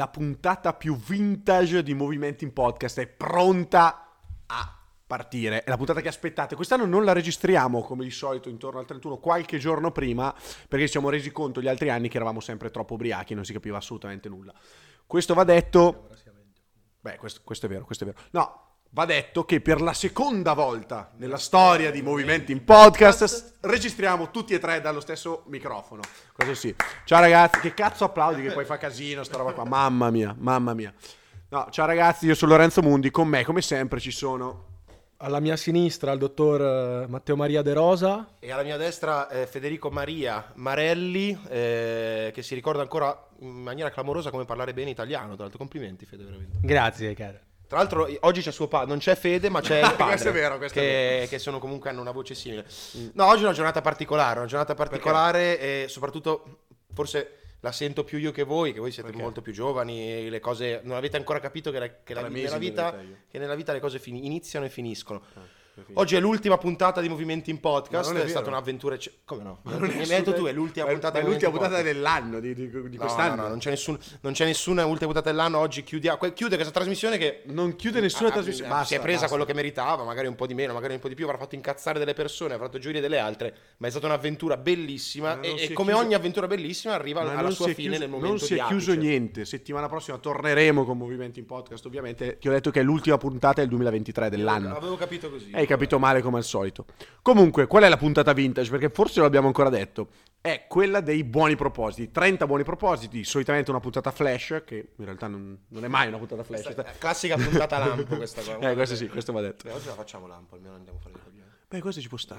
la puntata più vintage di Movimenti in Podcast è pronta a partire. È la puntata che aspettate. Quest'anno non la registriamo come di solito intorno al 31, qualche giorno prima, perché ci siamo resi conto gli altri anni che eravamo sempre troppo ubriachi e non si capiva assolutamente nulla. Questo va detto. Beh, questo è vero, questo è vero. No. Va detto che per la seconda volta nella storia di Movimenti in Podcast registriamo tutti e tre dallo stesso microfono. Questo sì. Ciao ragazzi, che cazzo applaudi che poi fa casino sta roba qua. Mamma mia, mamma mia. No, ciao ragazzi, io sono Lorenzo Mundi, con me come sempre ci sono... Alla mia sinistra il dottor Matteo Maria De Rosa. E alla mia destra Federico Maria Marelli, che si ricorda ancora in maniera clamorosa come parlare bene italiano. Tra l'altro complimenti Fede, veramente. Grazie, caro. Tra l'altro oggi c'è suo padre, non c'è Fede ma c'è il padre, Questo è vero, che sono comunque hanno una voce simile. No, oggi è una giornata particolare e soprattutto forse la sento più io che voi siete molto più giovani, le cose non avete ancora capito che nella vita le cose iniziano e finiscono. Oggi è l'ultima puntata di Movimenti in Podcast, è stata un'avventura. Come no? Mi hai detto tu, è l'ultima puntata. È l'ultima puntata dell'anno di quest'anno. No, non c'è nessuna ultima puntata dell'anno. Oggi chiude questa trasmissione che non chiude nessuna trasmissione. Basta, si è presa quello che meritava, magari un po' di meno, magari un po' di più, avrà fatto incazzare delle persone, avrà fatto gioire delle altre, ma è stata un'avventura bellissima e come ogni avventura bellissima arriva alla sua fine nel momento non si è chiuso niente. Settimana prossima torneremo con Movimenti in Podcast, ovviamente. Ti ho detto che è l'ultima puntata del 2023 dell'anno. Avevo capito così. Hai capito male come al solito. Comunque, qual è la puntata vintage? Perché forse lo abbiamo ancora detto. È quella dei buoni propositi. 30 buoni propositi, solitamente una puntata flash, che in realtà non è mai una puntata flash. Classica puntata lampo questa qua. Questo sì, questo va detto. Oggi la facciamo lampo, almeno andiamo a fare le coglioni. Beh, questo ci può stare.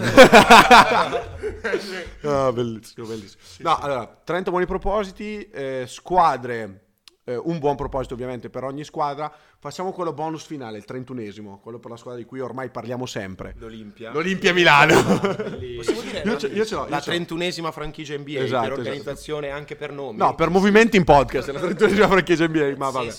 Bellissimo, bellissimo. No, allora, 30 buoni propositi, squadre... un buon proposito ovviamente per ogni squadra. Facciamo quello bonus finale, il 31esimo, quello per la squadra di cui ormai parliamo sempre, l'Olimpia Milano. Possiamo dire io ce l'ho, la 31esima franchigia NBA, esatto, per organizzazione anche per nomi. No, per Movimenti in Podcast, la 31esima franchigia NBA, ma vabbè.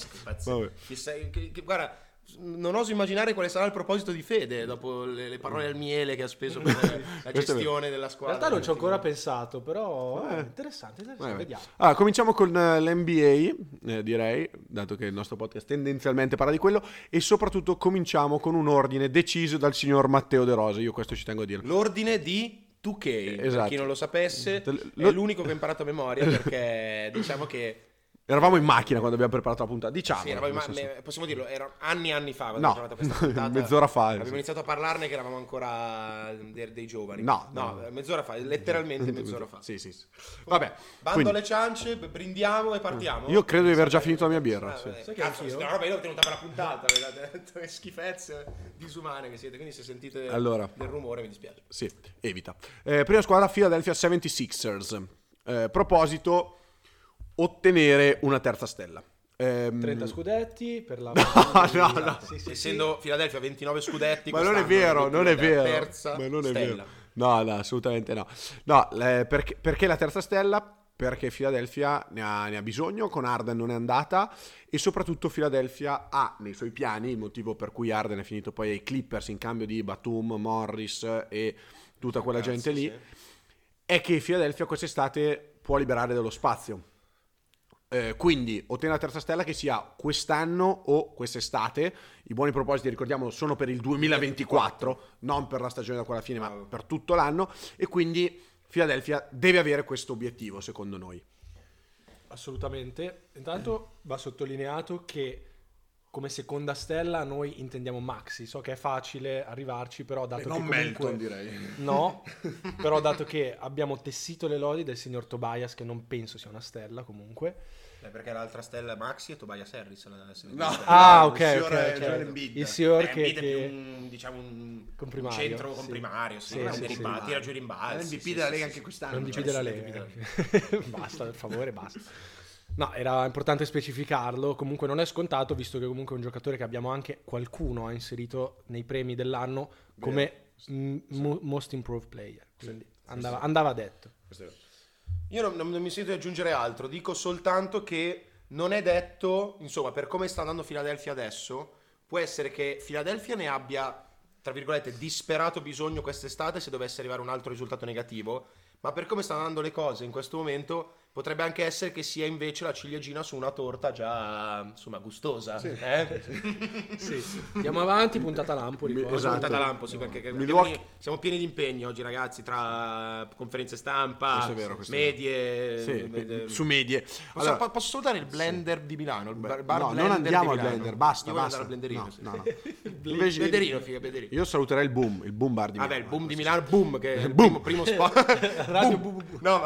Guarda, non oso immaginare quale sarà il proposito di Fede dopo le parole al miele che ha speso per la gestione della squadra. In realtà non ci ho ancora pensato, però interessante, vediamo. Allora, cominciamo con l'NBA, direi, dato che il nostro podcast tendenzialmente parla di quello, e soprattutto cominciamo con un ordine deciso dal signor Matteo De Rosa. Io questo ci tengo a dirlo. L'ordine di 2K, esatto. Per chi non lo sapesse, è l'unico che ho imparato a memoria, perché diciamo che eravamo in macchina quando abbiamo preparato la puntata, diciamo. Sì, possiamo dirlo, era anni fa quando abbiamo questa puntata. Mezz'ora fa. Abbiamo iniziato a parlarne che eravamo ancora dei giovani. No, mezz'ora fa, letteralmente mezz'ora fa. Sì. Vabbè. Bando alle ciance, brindiamo e partiamo. Io credo di aver già finito la mia birra. Cazzo, questa roba io l'ho tenuta per la puntata, che schifezze disumane che siete, quindi se sentite del rumore mi dispiace. Sì, evita. Prima squadra, Philadelphia 76ers. Proposito, ottenere una terza stella. 30 scudetti per la no. Sì. Essendo Philadelphia 29 scudetti, ma non è vero, non è vero. Terza ma non è stella. Vero. No, assolutamente no. No, perché la terza stella? Perché Philadelphia ne ha bisogno, con Harden non è andata, e soprattutto Philadelphia ha nei suoi piani, il motivo per cui Harden è finito poi ai Clippers in cambio di Batum, Morris e tutta quella gente lì, è che Philadelphia quest'estate può liberare dello spazio. Quindi ottenere la terza stella, che sia quest'anno o quest'estate. I buoni propositi, ricordiamolo, sono per il 2024, non per la stagione da qua alla fine, ma per tutto l'anno, e quindi Philadelphia deve avere questo obiettivo, secondo noi. Assolutamente. Intanto va sottolineato che come seconda stella noi intendiamo Maxi. So che è facile arrivarci, però dato non che comunque... Melton, direi. No, però dato che abbiamo tessito le lodi del signor Tobias, che non penso sia una stella comunque. Perché l'altra stella è Maxi e Tobias Harris. Ok. Il signor che diciamo un comprimario, centro comprimario, tira giù rimbalzi. MVP della Lega anche quest'anno. MVP della Lega. Basta, per favore, basta. No, era importante specificarlo. Comunque non è scontato, visto che comunque è un giocatore che abbiamo anche qualcuno ha inserito nei premi dell'anno come Most Improved Player. Quindi andava detto. Io non mi sento di aggiungere altro, dico soltanto che non è detto, insomma, per come sta andando Philadelphia adesso, può essere che Philadelphia ne abbia, tra virgolette, disperato bisogno quest'estate se dovesse arrivare un altro risultato negativo, ma per come stanno andando le cose in questo momento, potrebbe anche essere che sia invece la ciliegina su una torta già, insomma, gustosa. Sì. Sì. Andiamo avanti, puntata lampo. Esatto. Puntata lampo, sì, perché siamo pieni di impegni oggi, ragazzi, tra conferenze stampa, medie. Su medie. Posso salutare il blender di Milano? Il bar no, blender non andiamo al Milano. blender, basta. Al blenderino. No. Blenderino, figa, blenderino. Io saluterei il boom bar di Milano. Vabbè, il boom di Milano, boom, che è il primo spot. Radio boom. No,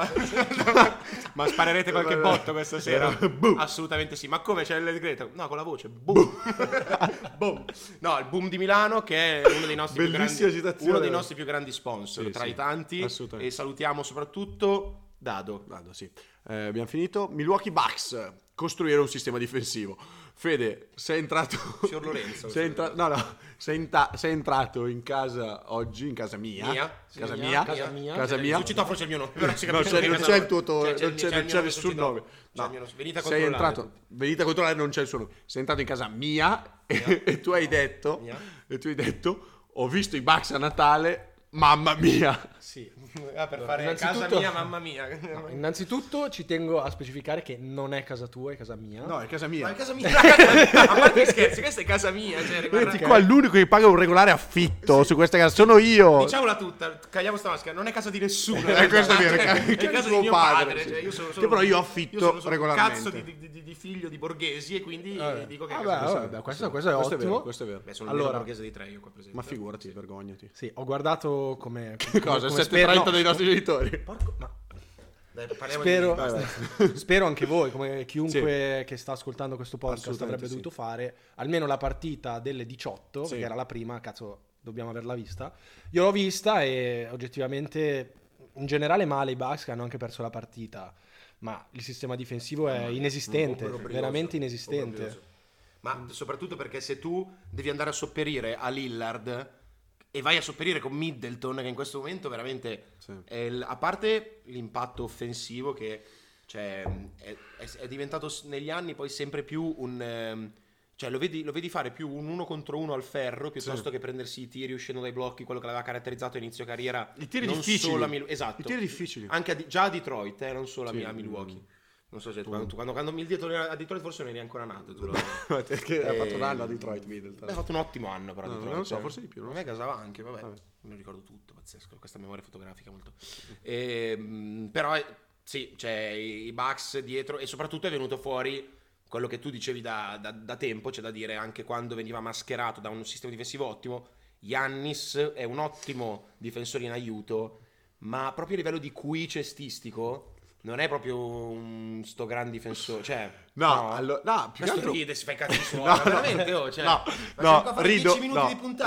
ma sparerete qualche botto questa sera? Assolutamente sì. Ma come c'è il decreto? No, con la voce. Boom. Boom. No, il boom di Milano, che è uno dei nostri più grandi sponsor, tra i tanti. E salutiamo soprattutto Dado, sì. Abbiamo finito. Milwaukee Bucks, costruire un sistema difensivo. Fede, sei entrato. Signor Lorenzo. Sei entrato in casa oggi, in casa mia. Casa mia. Sul citofono c'è il mio nome. Però non c'è il tuo non c'è nessun nome. Venite a controllare, non c'è il suo nome. Sei entrato in casa mia e tu hai detto ho visto i Bucks a Natale, mamma mia. Sì. Per fare casa mia, mamma mia. No, innanzitutto ci tengo a specificare che non è casa tua, è casa mia. No, è casa mia. Ma è casa mia. A parte scherzi, questa è casa mia. Qua l'unico che paga un regolare affitto su questa casa sono io. Diciamola tutta, cagliamo sta maschera, non è casa di nessuno. Questo è vero, è casa di mio padre. Sì. Cioè, io sono che però io affitto regolarmente. Cazzo di figlio di borghesi, e quindi dico che questo è ottimo. Questo è vero. Beh, sono il borghese di 3 io qua presente. Ma figurati, vergognati. Sì, ho guardato come cosa, 7:30 dei nostri genitori. Porco, ma dai, spero anche voi, come chiunque che sta ascoltando questo podcast avrebbe dovuto fare almeno la partita delle 18, perché era la prima, cazzo, dobbiamo averla vista. Io l'ho vista e oggettivamente in generale male i Bucks, che hanno anche perso la partita, ma il sistema difensivo è inesistente, veramente inesistente. Ma soprattutto perché se tu devi andare a sopperire a Lillard e vai a sopperire con Middleton, che in questo momento veramente a parte l'impatto offensivo che cioè, è diventato negli anni poi sempre più un cioè lo vedi fare più un 1 contro 1 al ferro piuttosto che prendersi i tiri uscendo dai blocchi, quello che l'aveva caratterizzato a inizio carriera. I tiri non difficili. Solo i tiri difficili. Anche già a Detroit, non solo a Milwaukee. Non so se quando Middleton era a Detroit forse non eri ancora nato. Perché ha fatto un anno a Detroit Middleton. Ha fatto un ottimo anno però a Detroit. Non lo so, forse di più. A me casava anche, vabbè. Non ricordo tutto, pazzesco. Questa memoria fotografica molto. Però sì, c'è i Bucks dietro e soprattutto è venuto fuori quello che tu dicevi da tempo, c'è da dire anche quando veniva mascherato da un sistema difensivo ottimo. Giannis è un ottimo difensore in aiuto, ma proprio a livello di QI cestistico non è proprio sto gran difensore, cioè no, più che altro ride, si fa i cazzi suoi, veramente, cioè, rido, 10 minuti di puntata,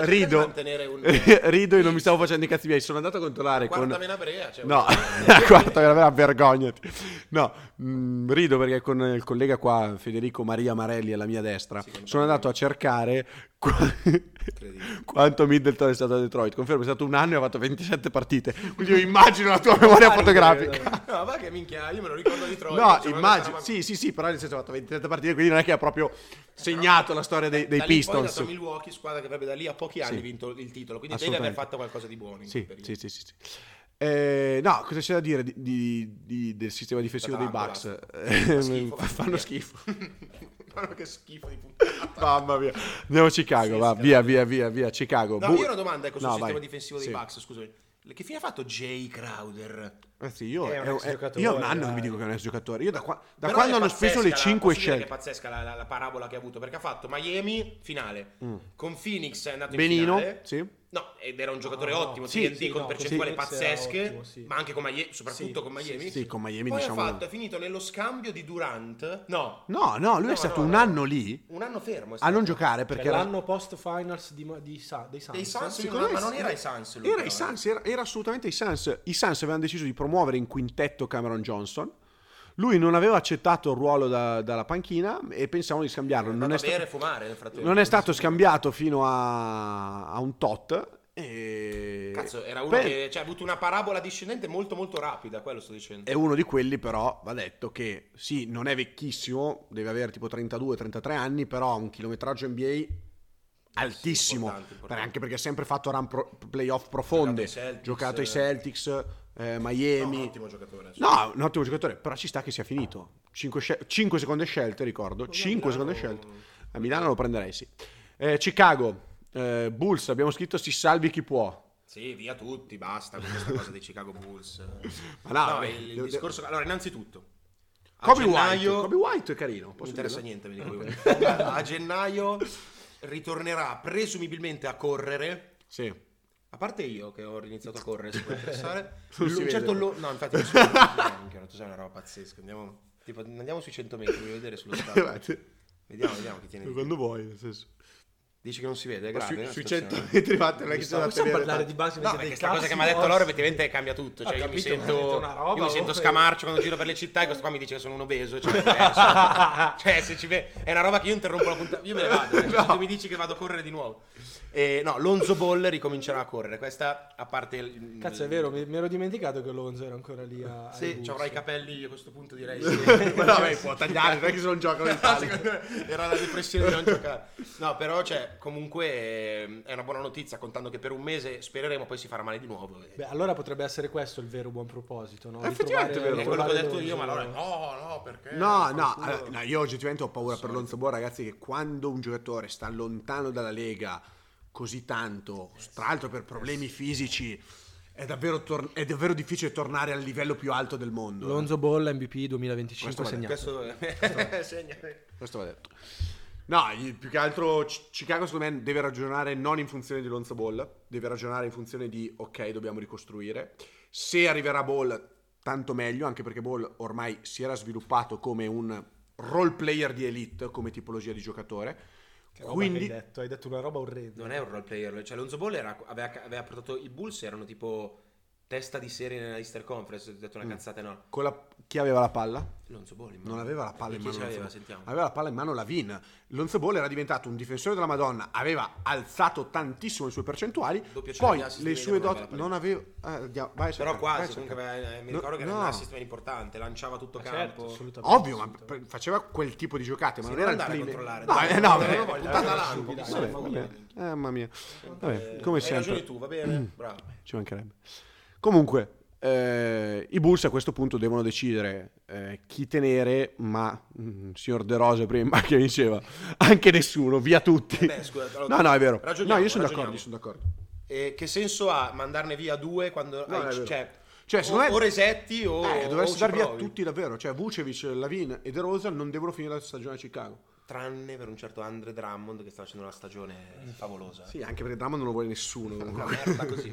rido e non mi stavo facendo i cazzi miei, sono andato a controllare quarta menabrea, cioè, quarta menabrea, vergognati. Rido perché con il collega qua Federico Maria Marelli alla mia destra sono andato a cercare quanto Middleton è stato a Detroit. Confermo, è stato un anno e ha fatto 27 partite, quindi io immagino la tua memoria fotografica. No, ma che minchia, io me lo ricordo a Detroit. No, immagino, sì, però nel senso ha fatto 27 partite, quindi non è che ha proprio segnato la storia dei Pistons. Poi è Milwaukee, squadra che avrebbe da lì a pochi anni vinto il titolo, quindi deve aver fatto qualcosa di buono in quel periodo. Sì. No, cosa c'è da dire del sistema difensivo dei Bucks? Fanno schifo. Fanno che schifo di puntata. Mamma mia. Andiamo a Chicago, va, via, Chicago. No, io ho una domanda sul sistema difensivo dei Bucks, scusami. Che fine ha fatto Jay Crowder? Io un anno che mi dico che è un ex giocatore. Io da quando hanno speso le 5 scelte. È pazzesca la parabola che ha avuto, perché ha fatto Miami finale, con Phoenix è andato in Benino, finale. sì. No, ed era un giocatore ottimo, con percentuali pazzesche, ma anche con Miami, soprattutto con Miami. Sì, con Miami poi diciamo. è finito nello scambio di Durant. No, lui è stato un anno lì. Un anno fermo. A non giocare perché l'anno post finals dei Suns. Ma non era i Suns. Era i Suns, era assolutamente i Suns. I Suns avevano deciso di promuovere in quintetto Cameron Johnson. Lui non aveva accettato il ruolo dalla panchina e pensavano di scambiarlo. Non è stato scambiato fino a un tot. Cazzo, era uno che ha avuto una parabola discendente molto molto rapida, quello sto dicendo. È uno di quelli, però va detto che sì, non è vecchissimo, deve avere tipo 32-33 anni, però ha un chilometraggio NBA altissimo, importante. Anche perché ha sempre fatto run playoff profonde, giocato ai Celtics, Miami. No, un ottimo giocatore. No, un ottimo giocatore, però ci sta che sia finito. 5 seconde scelte, ricordo. 5 seconde scelte. A Milano lo prenderei, sì. Chicago, Bulls, abbiamo scritto si salvi chi può. Sì, via tutti, basta con questa cosa dei Chicago Bulls. Ma no, il discorso... Allora, innanzitutto... Kobe White è carino. Non mi interessa niente, mi dico. A gennaio ritornerà presumibilmente a correre. Sì. A parte io che ho iniziato a correre, si può interessare. Non si vede. No, infatti non si vede. Tu sei una roba pazzesca. Andiamo sui 100 metri, voglio vedere sullo stadio. Vediamo chi tiene. Quando vuoi, nel senso. Dici che non si vede, è grave. Sui 100 metri non è che sono da Possiamo tenere parlare tanto. di basket? No, perché questa cosa che mi ha detto loro effettivamente cambia tutto. Cioè, io mi sento scamarcio quando giro per le città e questo qua mi dice che sono un obeso. Cioè, se ci vede, è una roba che io interrompo la puntata. Io me ne vado. Se tu mi dici che vado a correre di nuovo. No, Lonzo Ball ricomincerà a correre. Questa a parte. Cazzo, è vero, mi ero dimenticato che Lonzo era ancora lì a. Sì, ci avrà i capelli io a questo punto direi. Ma vabbè, può tagliare, non è che se non giocano in Italia. Era la depressione di non giocare. No, però, cioè, comunque è una buona notizia, contando che per un mese spereremo poi si farà male di nuovo. Beh, allora potrebbe essere questo il vero buon proposito, no? Effettivamente è vero. È quello che ho detto Lonzo. io, ma allora no, perché? No, io oggettivamente ho paura per Lonzo Ball, ragazzi, che quando un giocatore sta lontano dalla Lega così tanto, tra l'altro per problemi fisici, è davvero difficile tornare al livello più alto del mondo. Lonzo Ball MVP 2025 segnato. Questo va detto. No, più che altro Chicago secondo me deve ragionare non in funzione di Lonzo Ball, deve ragionare in funzione di ok, dobbiamo ricostruire. Se arriverà Ball, tanto meglio, anche perché Ball ormai si era sviluppato come un role player di elite, come tipologia di giocatore. Quindi hai detto una roba orrenda. Non è un role player, cioè Lonzo Ball aveva portato i Bulls, erano tipo testa di serie nella Easter Conference, ho detto una cazzata, no. Chi aveva la palla? Lonzo Ball in mano. Non aveva la palla in mano. Sentiamo. Aveva la palla in mano Lavin. Lonzo Ball era diventato un difensore della Madonna, aveva alzato tantissimo le sue percentuali, poi le sue doti non aveva però quasi, comunque mi ricordo che era un assist importante, lanciava tutto campo. Certo, ovvio, ma faceva quel tipo di giocate, ma non era il controllare. Mamma mia. Vabbè, come hai sempre. ragione tu, va bene? Bravo. Ci mancherebbe. Comunque i Bulls a questo punto devono decidere chi tenere, ma signor De Rose prima che diceva anche nessuno, via tutti. Scusa, allora, no, è vero. Ragioniamo, no, io sono d'accordo. Che senso ha mandarne via due quando cioè o resetti o dovresti dar via provi. tutti davvero, cioè Vucevic, Lavin e De Rosa non devono finire la stagione a Chicago. Tranne per un certo Andre Drummond che sta facendo una stagione favolosa. Sì, anche perché Drummond non lo vuole nessuno. Una merda così.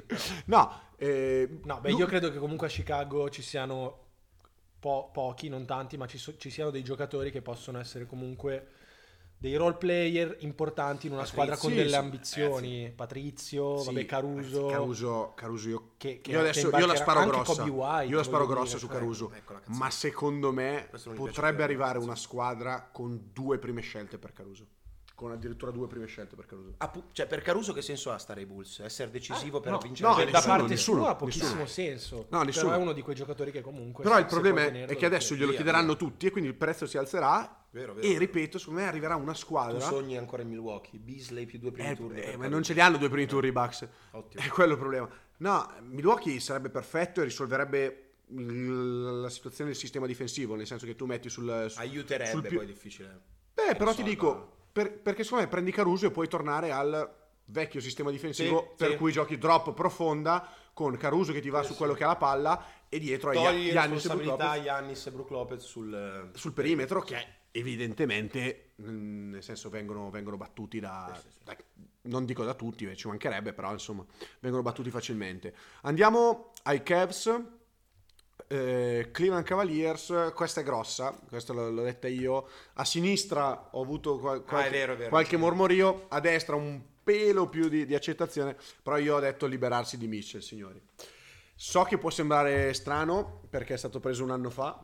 Io credo che comunque a Chicago ci siano pochi, non tanti, ma ci siano dei giocatori che possono essere comunque dei role player importanti in una squadra con delle ambizioni. Patrizio, Caruso. Io la sparo grossa. White, Io la sparo grossa su Caruso. Ma secondo me potrebbe arrivare una squadra con 2 prime scelte per Caruso. Con addirittura 2 prime scelte per Caruso. Cioè, per Caruso che senso ha stare ai Bulls? Essere decisivo per vincere? No, da parte sua ha pochissimo senso. No, nessuno. Però è uno di quei giocatori che comunque. Però il problema è che adesso glielo chiederanno tutti e quindi il prezzo si alzerà. Vero. E ripeto, secondo me arriverà una squadra. Tu sogni ancora in Milwaukee, Beasley più 2 primi turni. Ma non ce li hanno 2 primi turni i Bucks. Ottimo. È quello il problema. No, Milwaukee sarebbe perfetto e risolverebbe la situazione del sistema difensivo, nel senso che tu metti aiuterebbe, poi è difficile. Però ti dico, perché secondo me prendi Caruso e puoi tornare al vecchio sistema difensivo per cui giochi drop profonda con Caruso che ti va su quello che ha la palla e dietro hai Giannis e Brook Lopez sul perimetro che evidentemente nel senso vengono battuti non dico da tutti, ci mancherebbe, però insomma vengono battuti facilmente. Andiamo ai Cavs. Cleveland Cavaliers, questa è grossa, questa l'ho detta io. A sinistra ho avuto qualche mormorio, a destra un pelo più di accettazione, però io ho detto liberarsi di Mitchell, signori. So che può sembrare strano perché è stato preso un anno fa.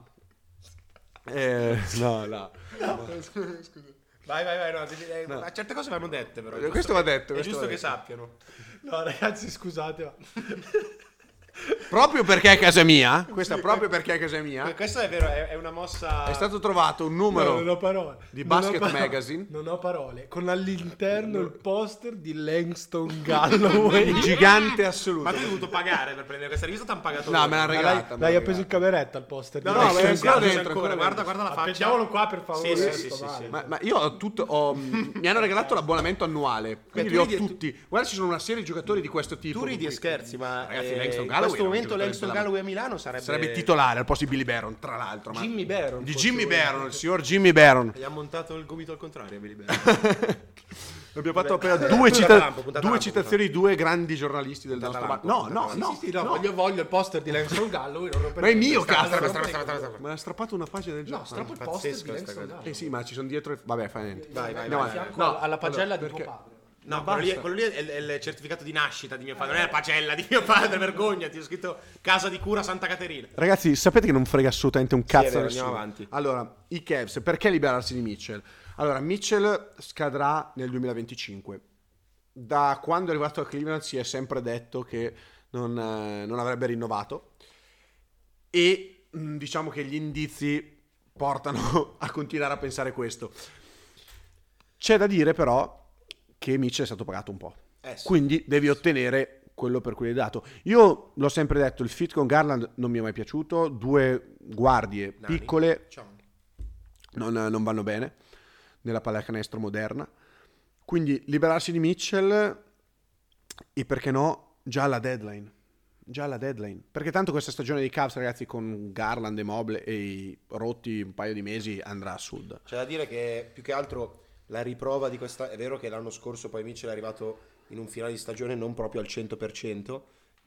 No. Scusa. Vai, no. Certe cose vanno dette, però. Questo va detto. È giusto che sappiano. No, ragazzi, scusate. proprio perché è casa mia, questa proprio perché è casa mia, Questo è vero, è una mossa. è stato trovato un No, numero non ho parole. di Non ho Basket parole. Magazine Non ho parole. Con all'interno il poster di Langston Galloway. gigante Ma assoluto. tu hai dovuto pagare per prendere questa rivista, ti hanno pagato No, loro. me l'hanno regalata. L'hai appeso in cameretta il poster No, di no, ma è Langston ancora Galloway. dentro, ancora Guarda la faccia. Appoggiamolo qua, per favore. Sì, questo sì, vale. sì. Ma io ho tutto, mi hanno regalato l'abbonamento annuale, quindi tu li ho ridi- tutti. Guarda, ci sono una serie di giocatori di questo tipo. Tu ridi e scherzi, ma Ragazzi, Langston in Galloway questo era un momento giocatore Langston della- Galloway a Milano sarebbe titolare al posto di Billy Baron, tra l'altro. Ma... Jimmy Baron. Di forse Jimmy vuoi Baron, dire. il signor Jimmy Baron. Gli ha montato il gomito al contrario, Billy Baron. Abbiamo fatto appena puntata lampo, due citazioni di due grandi giornalisti del Puntata nostro lampo, No, puntata no, Sì, no, voglio il poster di Langston Galloway. Non Ma è mio, Strappa, cazzo! strappa. Ma ha strappato una pagina del gioco. No, strappo il Pazzesco poster di sta Langston cosa. Galloway. Eh sì, ma ci sono dietro. Vabbè, fa niente. Vai, Andiamo A avanti. fianco No, alla pagella allora, di tuo perché- padre. No, basta. quello lì è il certificato di nascita di mio padre, non è la pagella di mio padre, vergognati, ho scritto casa di cura Santa Caterina. Ragazzi, sapete che non frega assolutamente un cazzo è vero, a nessuno. andiamo avanti. Allora, i Cavs, perché liberarsi di Mitchell? Allora, Mitchell scadrà nel 2025. Da quando è arrivato a Cleveland si è sempre detto che non avrebbe rinnovato e diciamo che gli indizi portano a continuare a pensare questo. C'è da dire però che Mitchell è stato pagato un po'. Sì. Quindi devi ottenere quello per cui hai dato. Io l'ho sempre detto, il fit con Garland non mi è mai piaciuto, due guardie Nani. piccole Ciao. non vanno bene nella pallacanestro moderna. Quindi liberarsi di Mitchell e perché no, già alla deadline. Perché tanto questa stagione dei Cavs, ragazzi, con Garland e Mobley e i rotti un paio di mesi andrà a sud. C'è da dire che più che altro la riprova di questa, è vero che l'anno scorso poi Mitchell è arrivato in un finale di stagione non proprio al 100%,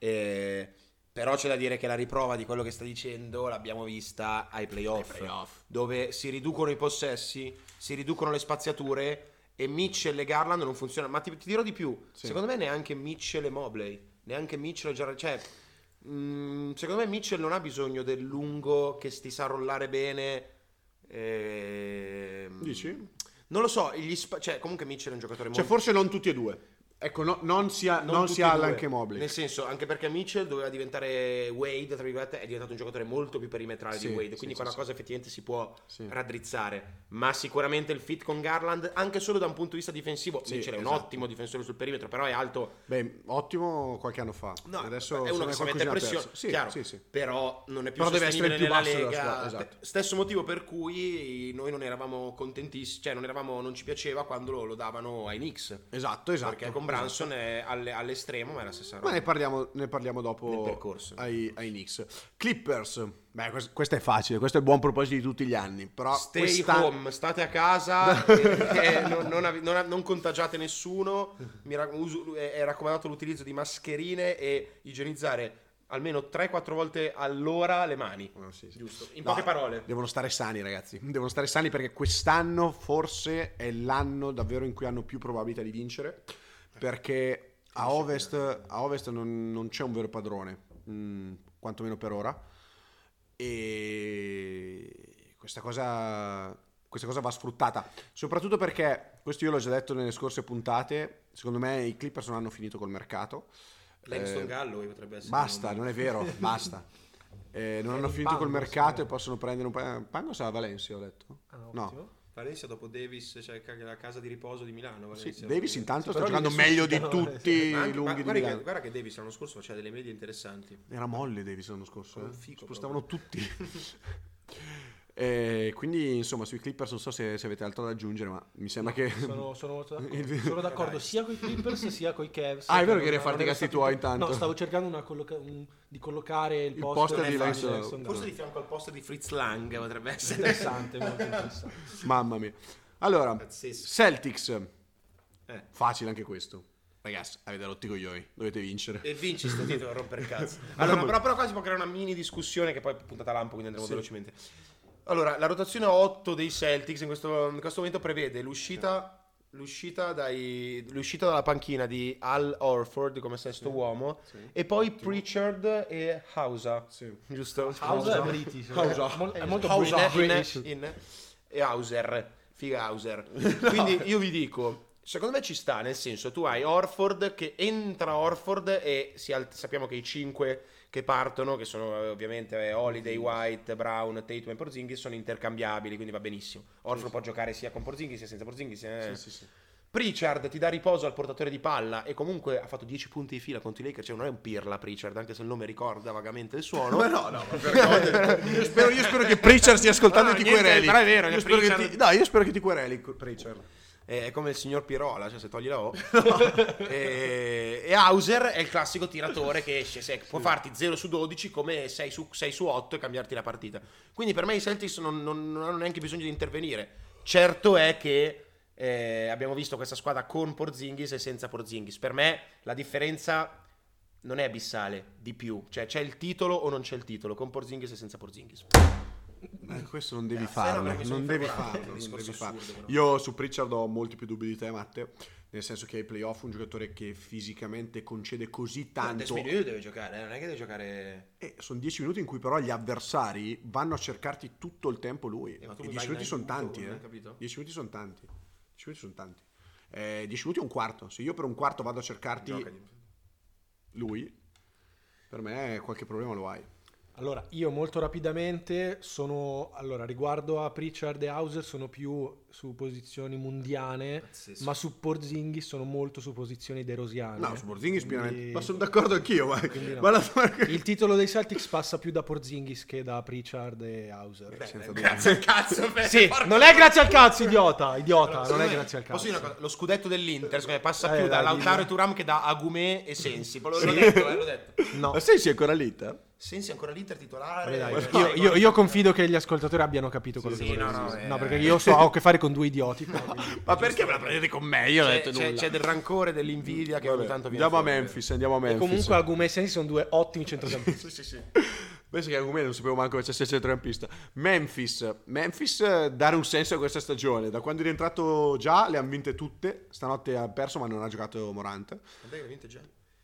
però c'è da dire che la riprova di quello che sta dicendo l'abbiamo vista ai playoff, dove si riducono i possessi, si riducono le spaziature e Mitchell e Garland non funzionano. Ma ti dirò di più, secondo me neanche Mitchell e Mobley, neanche Mitchell e Jarrett, cioè secondo me Mitchell non ha bisogno del lungo che ti sa rollare bene. Dici? Non lo so, cioè comunque Mitchell è un giocatore molto... Cioè forse non tutti e due. Ecco, non sia tutti e due. anche Mobley. Nel senso, anche perché Mitchell doveva diventare Wade, tra virgolette, è diventato un giocatore molto più perimetrale di Wade, quindi quella cosa effettivamente si può raddrizzare. Ma sicuramente il fit con Garland, anche solo da un punto di vista difensivo, Mitchell è un ottimo difensore sul perimetro, però è alto. Beh, ottimo qualche anno fa. No, adesso è uno che si mette pressione, Sì, chiaro, sì. però non è più Però deve essere sostenibile il più nella basso della Lega. squadra, esatto. Stesso motivo per cui noi non eravamo contentissimi, cioè non ci piaceva quando lo davano ai Knicks. Esatto. Perché con Branson è all'estremo, ma è la stessa roba. Ma ne parliamo dopo Nel percorso. ai Knicks. Clippers. Beh, questo è facile, questo è il buon proposito di tutti gli anni. Però Stay home, state a casa, non contagiate nessuno. È raccomandato l'utilizzo di mascherine e igienizzare almeno 3-4 volte all'ora le mani. Giusto. In poche parole. Devono stare sani, ragazzi. Devono stare sani perché quest'anno forse è l'anno davvero in cui hanno più probabilità di vincere. Perché a Ovest non c'è un vero padrone, quantomeno per ora. E questa cosa va sfruttata, soprattutto perché, questo io l'ho già detto nelle scorse puntate, secondo me i Clippers non hanno finito col mercato. Langston Galloway potrebbe essere. Basta, non è vero, basta. Non hanno finito col mercato e possono prendere un po'. Pangos a Valencia, ho detto. No. Valencia dopo Davis, cioè la casa di riposo di Milano. Valencia, Sì, Davis intanto sta però giocando li meglio di suscitano, tutti i lunghi di guarda, Milano. guarda che Davis l'anno scorso faceva delle medie interessanti. Era molle Davis l'anno scorso, Un fico spostavano tutti. Quindi insomma sui Clippers non so se avete altro da aggiungere, ma mi sembra che Sono d'accordo sia con i Clippers sia con i Cavs. Ah, è vero che eri a non farti i ero cazzi stato- tuoi intanto. No, stavo cercando di collocare il poster di Langston. Langston Forse di Galloway. fianco al posto di Fritz Lang potrebbe essere. Interessante, molto interessante. mamma mia. Allora, Pazzesco. Celtics. Facile anche questo. Ragazzi, avete rotto i coglioni, dovete vincere. E vinci sto titolo a rompere il cazzo. Allora, però qua si può creare una mini discussione che poi è puntata lampo, quindi andremo velocemente. Allora, la rotazione 8 dei Celtics in questo momento prevede l'uscita dalla panchina di Al Horford come sesto uomo e poi Pritchard e Hauser. Giusto? Hauser è British. È molto Hauser. British. E Hauser. Figa Hauser. Quindi io vi dico, Secondo me ci sta, nel senso, tu hai Horford che entra Horford e sappiamo che i 5 che partono, che sono ovviamente Holiday, White, Brown, Tatum e Porzingis, sono intercambiabili, quindi va benissimo. Horford può giocare sia con Porzingis sia senza Porzingis. Sì. Pritchard ti dà riposo al portatore di palla e comunque ha fatto 10 punti di fila contro i Lakers, cioè non è un pirla Pritchard, anche se il nome ricorda vagamente il suono. Ma no, io spero che Pritchard stia ascoltando e ti quereli. Però è vero, io spero che ti quereli Pritchard. È come il signor Pirola, cioè se togli la O. E Hauser è il classico tiratore che esce, può farti 0 su 12 come 6 su 8 e cambiarti la partita. Quindi per me i Celtics non hanno neanche bisogno di intervenire. Certo è che abbiamo visto questa squadra con Porzingis e senza Porzingis. Per me la differenza non è abissale, di più. Cioè c'è il titolo o non c'è il titolo, con Porzingis e senza Porzingis. Questo non devi farlo, non devi farlo. Io su Pritchard ho molti più dubbi di te, Matte, nel senso che ai playoff un giocatore che fisicamente concede così tanto. 10 minuti deve giocare, non è che deve giocare. Sono 10 minuti in cui però gli avversari vanno a cercarti tutto il tempo lui. E 10 minuti sono tanti, 10 minuti sono tanti. 10 minuti è un quarto. Se io per un quarto vado a cercarti lui, per me qualche problema lo hai. Allora, io molto rapidamente riguardo a Pritchard e Hauser sono più su posizioni mundiane, ma su Porzingis sono molto su posizioni derosiane. No, su Porzingis pienamente. Ma sono d'accordo anch'io, no. Il titolo dei Celtics passa più da Porzingis che da Pritchard e Hauser. Grazie al cazzo. Sì, non è grazie al cazzo, idiota, non è grazie al cazzo. Posso dire una cosa? Lo scudetto dell'Inter secondo me passa più da Lautaro e Thuram che da Agumé e Sensi. L'ho detto. No. Ma Sensi è ancora l'Inter? Sensi è ancora l'Inter titolare. Io confido che gli ascoltatori abbiano capito quello che volevo dire. No, perché io ho a che fare con due idioti. Ma perché me la prendete con me? Io ho detto nulla. C'è del rancore, dell'invidia che ogni tanto viene. Andiamo a Memphis. E comunque Agumé e Sensi sono due ottimi centrocampisti. Sì. Penso che Agumé non sapevo manco che c'è il centrocampista. Memphis dare un senso a questa stagione. Da quando è rientrato già le hanno vinte tutte. Stanotte ha perso ma non ha giocato Morant. Quando è che ha vinto già?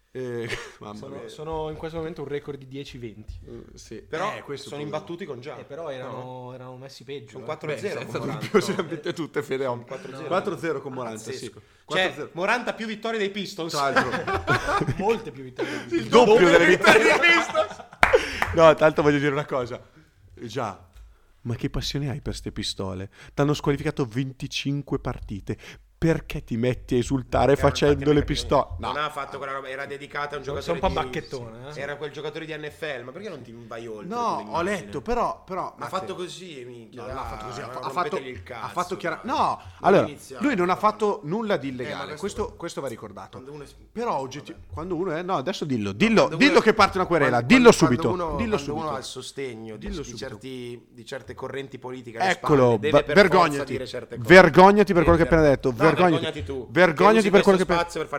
Sono in questo momento un record di 10-20. Sì. Però sono imbattuti con già. Però erano messi peggio. Sono 4-0 con Morant. Si hanno vinte tutte, Fede. 4-0 con Morant. Sì. Cioè, Morant ha più vittorie dei Pistons. Molte più vittorie. Il doppio delle vittorie dei Pistons. No, tanto voglio dire una cosa. Già. Ma che passione hai per ste pistole? T'hanno squalificato 25 partite. Perché ti metti a esultare facendo le pistole? Non ha fatto quella roba, era dedicata a un giocatore. Sei un po' bacchettone, Era quel giocatore di NFL, ma perché non ti vai oltre? No, ho letto, però ma ha fatto così, minchia. No, non ha fatto così, ha fatto chiaro. No, allora, lui non ha fatto nulla di illegale. Questo va ricordato. Però quando uno è adesso dillo che parte una querela, dillo subito. Quando uno ha il sostegno di certe correnti politiche, eccolo, vergognati. Vergognati per quello che hai appena detto. Vergognati tu. Vergognati per quello che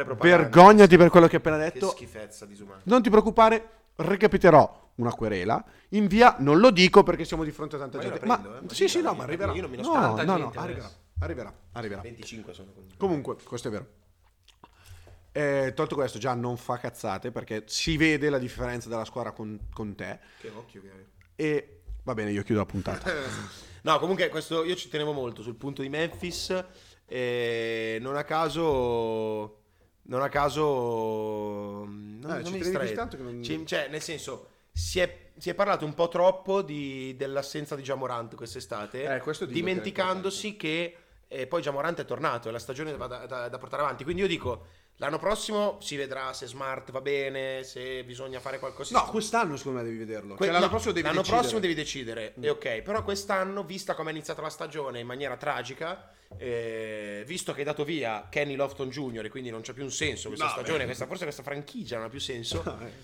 hai appena detto. Che schifezza disumana. Non ti preoccupare, recapiterò una querela. In via non lo dico perché siamo di fronte a tanta gente. Ma arriverà. Io non mi No, arriverà. 25 sono comunque, questo è vero. Tolto questo, già non fa cazzate perché si vede la differenza della squadra con te. Che occhio che hai. E va bene, io chiudo la puntata. No, comunque questo io ci tenevo molto sul punto di Memphis. Non a caso non mi distrae. Cioè, nel senso, si è parlato un po' troppo dell'assenza di Ja Morant quest'estate, dimenticandosi che poi Ja Morant è tornato e la stagione va da portare avanti. Quindi io dico, l'anno prossimo si vedrà se Smart va bene, se bisogna fare qualcosa. No, quest'anno secondo me devi vederlo. L'anno prossimo devi decidere. E ok, però quest'anno, vista come è iniziata la stagione in maniera tragica, visto che hai dato via Kenny Lofton Jr. e quindi non c'è più un senso questa stagione, forse questa franchigia non ha più senso.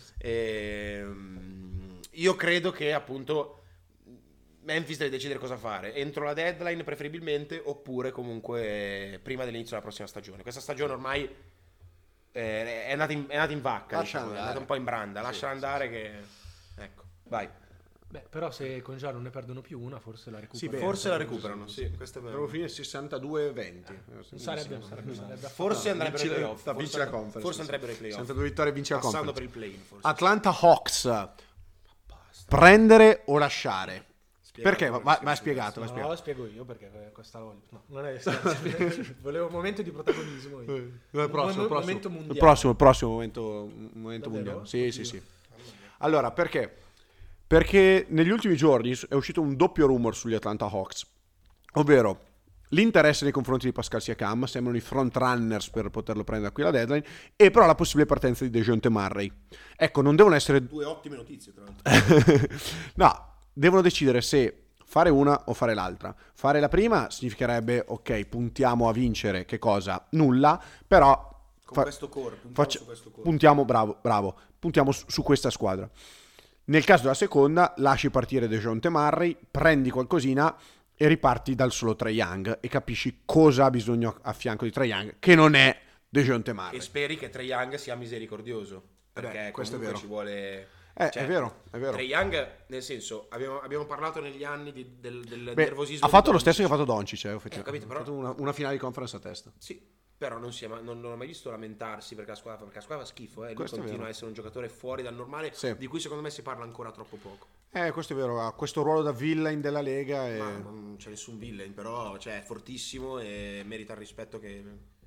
Io credo che appunto Memphis deve decidere cosa fare entro la deadline preferibilmente, oppure comunque prima dell'inizio della prossima stagione. Questa stagione ormai è andata in vacca, è andata un po' in branda. Lascia andare che ecco, vai. Beh, però se con Già non ne perdono più una, forse la recuperano. Sì, forse la recuperano, sì. Devo finire 62-20. Sarebbe forse andrebbero ai playoff. Vince la conference. Forse andrebbero ai playoff. 62 vittorie vince la conference. Passando per il play-in, forse. Atlanta Hawks. Prendere o lasciare? Perché? Va spiegato, va No, spiegato. lo spiego io perché questa no, non è volevo un momento di protagonismo io. Il Momento mondiale. prossimo momento Davvero? mondiale. Sì, Oddio. sì, sì. Allora, perché? Perché negli ultimi giorni è uscito un doppio rumor sugli Atlanta Hawks, ovvero l'interesse nei confronti di Pascal Siakam, sembrano i front runners per poterlo prendere qui alla deadline, e però la possibile partenza di DeJounte Murray. Ecco, non devono essere... Due ottime notizie, tra l'altro. No, devono decidere se fare una o fare l'altra. Fare la prima significherebbe, ok, puntiamo a vincere, che cosa? Nulla, però... Questo core, puntiamo su questo core. Puntiamo su questa squadra. Nel caso della seconda, lasci partire DeJounte Murray, prendi qualcosina e riparti dal solo Trae Young e capisci cosa ha bisogno a fianco di Trae Young, che non è DeJounte Murray. E speri che Trae Young sia misericordioso, perché questo è comunque vero. ci vuole... È vero. Trae Young, nel senso, abbiamo parlato negli anni del Beh, nervosismo. ha fatto lo di stesso che Doncic. ha fatto Doncic, effettivamente. capito, però- Ha fatto una finale di conference a testa. Sì, però non ho mai visto lamentarsi perché la squadra fa schifo. Lui Questo è continua vero. a essere un giocatore fuori dal normale, Sì. di cui secondo me si parla ancora troppo poco. Questo è vero, ha questo ruolo da villain della Lega e... Ma non c'è nessun villain, però cioè, è fortissimo e merita il rispetto che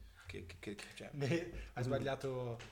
cioè, Ha sbagliato.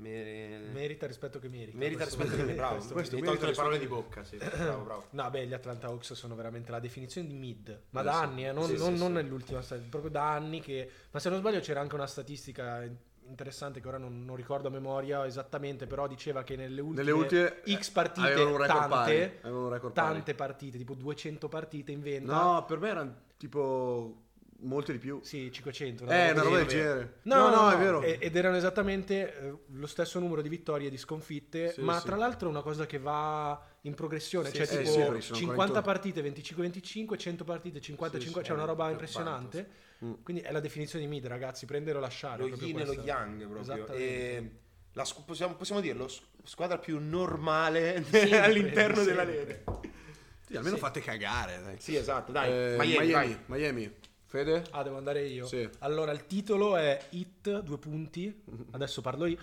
Merita il rispetto che merita. merita il rispetto che merita. Bravo, questo mi hai merita tolto le il parole di rispetto bocca. Sì. Bravo. No, beh, gli Atlanta Hawks sono veramente la definizione di mid, ma Sì, da sì. anni, non, Sì, non, sì, non sì. nell'ultima stagione, proprio da anni che... Ma se non sbaglio c'era anche una statistica interessante che ora non ricordo a memoria esattamente, però diceva che nelle ultime X partite, avevano un record pari. Avevano un record pari. tante partite, tipo 200 partite in venta. No, per me erano tipo molte di più. Sì, 500. Una roba del così. genere. No, è vero. Ed erano esattamente lo stesso numero di vittorie e di sconfitte, Sì, ma sì. tra l'altro è una cosa che va in progressione, Sì, cioè sì, tipo sì, perché sono 50 ancora partite 25-25, 100 partite 50-50, c'è una roba tanto, impressionante. Quindi è la definizione di mid, ragazzi, prendere o lasciare. Lo proprio yin e lo questa. yang proprio. Esattamente. E possiamo dirlo, squadra più normale Sempre, all'interno della sempre. Lega. Sì, almeno fate cagare, dai. Sì, esatto, dai. Miami. Fede? Ah, devo andare io. Sì. Allora, il titolo è Hit, 2 punti. Adesso parlo io.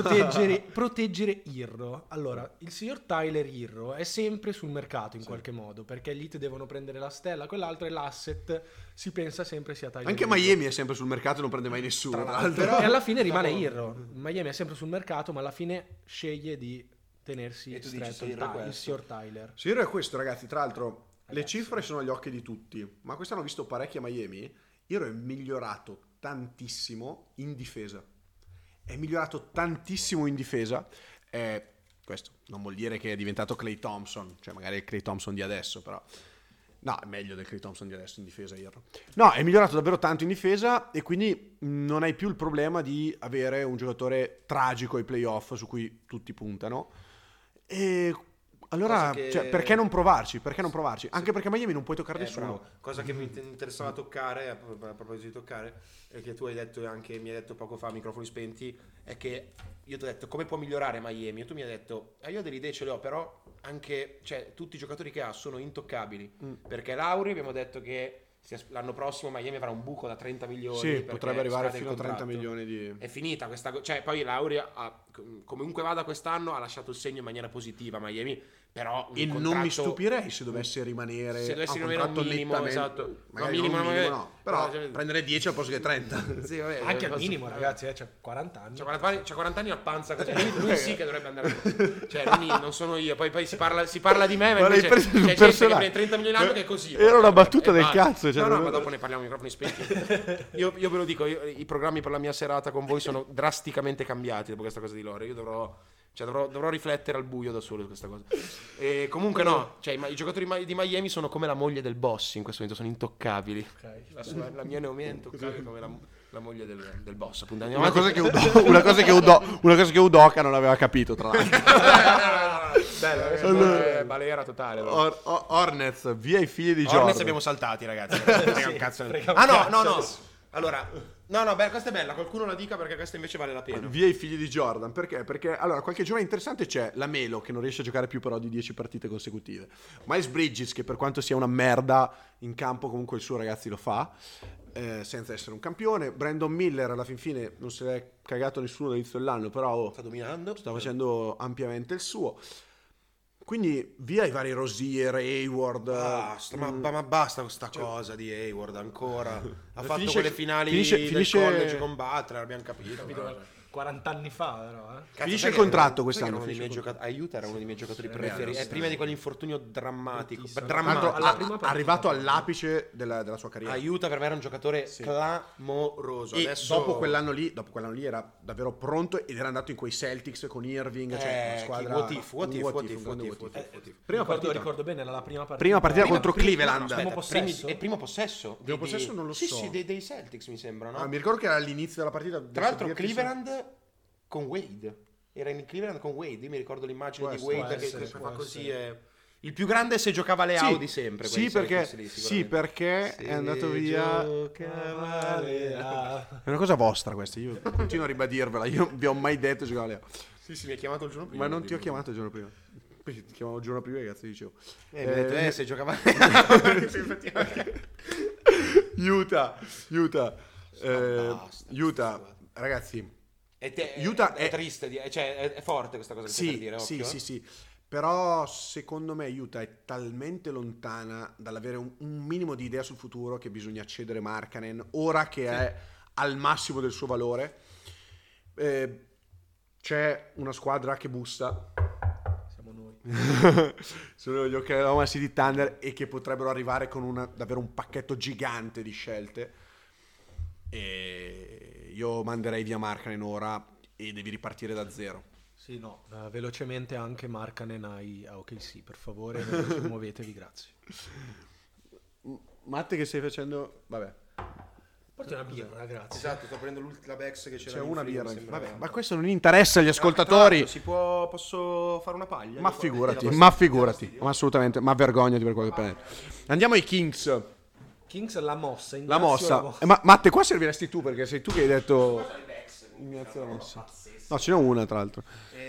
Proteggere Irro. Allora, il signor Tyler Irro è sempre sul mercato in qualche modo, perché gli Heat devono prendere la stella, quell'altro e l'asset si pensa sempre sia Tyler Anche Irro. Miami è sempre sul mercato e non prende mai nessuno, tra l'altro. E alla fine rimane Irro. Miami è sempre sul mercato, ma alla fine sceglie di tenersi E tu dici, stretto sì, Irro è il questo. signor Tyler. Sì, è questo, ragazzi. Tra l'altro, le cifre sono agli occhi di tutti, ma quest'anno ho visto parecchi a Miami. Iro è migliorato tantissimo in difesa. Questo non vuol dire che è diventato Klay Thompson, cioè magari il Klay Thompson di adesso, però no, è meglio del Klay Thompson di adesso in difesa Iro. No, è migliorato davvero tanto in difesa e quindi non hai più il problema di avere un giocatore tragico ai playoff su cui tutti puntano. E allora, Cosa che- cioè, perché non provarci? Anche perché a Miami non puoi toccare nessuno. Bravo. Cosa che mi interessava toccare, a proposito di toccare, e che tu hai detto anche, mi hai detto poco fa a microfoni spenti, è che io ti ho detto come può migliorare Miami, e tu mi hai detto io delle idee ce le ho, però anche, cioè, tutti i giocatori che ha sono intoccabili, perché Lauri abbiamo detto che l'anno prossimo Miami avrà un buco da 30 milioni, Sì, perché potrebbe arrivare scade il fino a 30 contratto. milioni di... È finita questa cioè poi Lauri comunque vada quest'anno ha lasciato il segno in maniera positiva a Miami, però E non mi stupirei se dovesse rimanere se dovessi a un rimanere un contratto minimo, nettamente, esatto. magari No, non un minimo, minimo, no, però cioè- prendere 10 al posto che 30. Sì, vabbè, Anche al posso- minimo, ragazzi, c'ha 40 anni. C'ha 40 anni a panza così. Lui sì che dovrebbe andare. Cioè, lui non sono io. Poi si parla di me, ma Ma l'hai invece preso sul c'è gente che personaggio. prende 30 milioni l'anno che è così. Era una battuta E del basta. cazzo, cioè, no, non- ma dopo ne parliamo ai microfoni spenti. Io ve lo dico, i programmi per la mia serata con voi sono drasticamente cambiati dopo questa cosa di Lore. Io dovrò riflettere al buio da solo su questa cosa. E comunque no, cioè i giocatori di Miami sono come la moglie del boss in questo momento, sono intoccabili. La mia Naomi è intoccabile come la moglie del boss, appunto. Andiamo Una avanti. cosa che Udoka non aveva capito, tra l'altro. Bello, balera totale. Hornets, via i figli di Jordan. Hornets abbiamo saltati, ragazzi. Frega un cazzo. No. Allora, no, beh, questa è bella. Qualcuno la dica perché questa invece vale la pena. Via i figli di Jordan, perché? Perché allora qualche giovane interessante c'è, la Melo che non riesce a giocare più però di 10 partite consecutive, Miles Bridges che per quanto sia una merda in campo comunque il suo ragazzi lo fa, senza essere un campione, Brandon Miller alla fin fine non se l'è cagato nessuno dall'inizio dell'anno, però Sta dominando. sta facendo ampiamente il suo. Quindi via i vari Rozier, Hayward. Ma basta questa cosa di Hayward ancora. Ha fatto Finisce- quelle finali finisce- del college con Butler, abbiamo capito. 40 anni fa, però, Cazzo, Finisce sai il che contratto era- quest'anno, sai che era uno dei miei finisce il Aiuta era uno dei miei giocatori preferiti. sì. È prima di quell'infortunio drammatico. Bruttissimo. Tra l'altro, alla prima partita. arrivato all'apice della sua carriera. Aiuta per me era un giocatore clamoroso. E Adesso dopo quell'anno lì era davvero pronto ed era andato in quei Celtics con Irving, cioè una squadra what if. un grande what if. Prima partita. ricordo bene, era la prima partita. Prima partita contro Cleveland. primo possesso? È primo possesso. Primo possesso non lo so. Sì, dei Celtics mi sembra, no? Ah, mi ricordo che era all'inizio della partita. Tra l'altro Cleveland con Wade. Era in Cleveland con Wade. Io mi ricordo l'immagine di Wade che fa così. Il più grande se giocava le Audi sempre. Sì, quei perché, Celtics lì, sì, perché è andato via. È una cosa vostra questa. Io continuo a ribadirvela. Io non vi ho mai detto giocare alle Audi. Sì, mi ha chiamato il giorno prima. Ma non ti ho chiamato il giorno prima. Poi ti chiamavo il giorno prima e cazzo dicevo. Mi ha detto, se giocava Utah, ragazzi. Utah è triste, cioè è forte questa cosa che stai per dire, sì, occhio. sì. Però secondo me Utah è talmente lontana dall'avere un minimo di idea sul futuro che bisogna cedere Markkanen ora che è al massimo del suo valore. C'è una squadra che bussa. Siamo noi. Sono gli Oklahoma City Thunder e che potrebbero arrivare con davvero un pacchetto gigante di scelte. E io manderei via Markkanen ora e devi ripartire da zero. Sì, no, velocemente anche Markkanen a OKC, per favore, muovetevi, grazie. Matte, che stai facendo? Vabbè. Porti una birra, grazie. Esatto, sto prendendo l'ultima Bex che c'era. C'è in una frigo, birra. mi sembra. Vabbè, ma questo non interessa agli ascoltatori. Posso fare una paglia? Ma figurati, ma assolutamente, ma vergognati per quello che prendi. Andiamo ai Kings. Kings la mossa. La mossa. Ma Matte, qua serviresti tu perché sei tu che hai detto Ignazio la mossa. No, ce n'è una tra l'altro.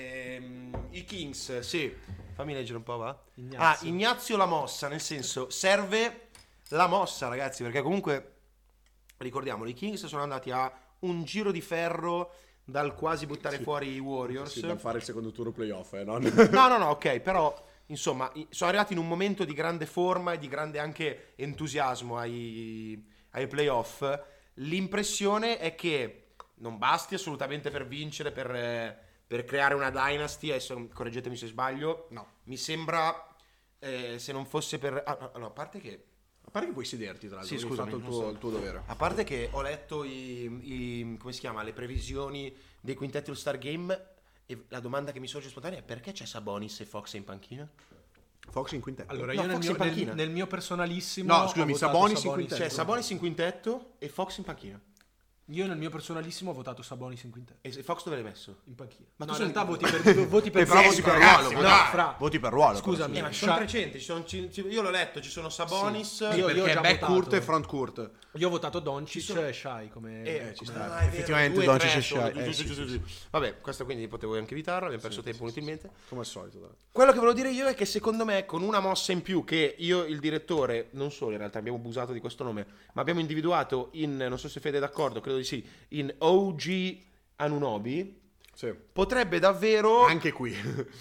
I Kings, sì. Fammi leggere un po', va? Ignazio. Ignazio la mossa, nel senso serve la mossa, ragazzi, perché comunque ricordiamolo, i Kings sono andati a un giro di ferro dal quasi buttare fuori i Warriors. Sì, da fare il secondo turno playoff, no? No, ok, però insomma, sono arrivati in un momento di grande forma e di grande anche entusiasmo ai playoff. L'impressione è che non basti assolutamente per vincere, per creare una dynasty. Adesso correggetemi se sbaglio. No. Mi sembra, se non fosse per... no, a parte che puoi sederti, tra l'altro. Sì, hai scusami, fatto il tuo dovere. a parte che ho letto come si chiama, le previsioni dei quintetti All-Star Game, e la domanda che mi sorge spontanea è: perché c'è Sabonis e Fox in panchina? Fox in quintetto. Allora, No, io Fox in panchina. nel mio personalissimo... No, scusami, ho votato Sabonis in quintetto. Cioè Sabonis in quintetto e Fox in panchina. Io nel mio personalissimo ho votato Sabonis in quintetto. E Fox dove l'hai messo? In panchina. Ma Ma tu no, in sei- realtà voti per Però voti per ruolo. ragazzi, voti- no, fra. Voti per ruolo. Scusami. però, Ma ci sono 300, io l'ho letto, ci sono Sabonis. Sì. Io ho perché già back votato. court e front court. Io ho votato Doncic e Shai come... ci sta. è vero, Effettivamente 2, Doncic 3 e Shai. sono, giusto. Vabbè, questa quindi potevo anche evitarla, abbiamo perso tempo inutilmente. Come al solito. dai. Quello che volevo dire io è che secondo me con una mossa in più, che io, il direttore, non solo in realtà abbiamo abusato di questo nome, ma abbiamo individuato in, non so se Fede è d'accordo, credo di sì, in OG Anunoby, Sì. potrebbe davvero Anche qui.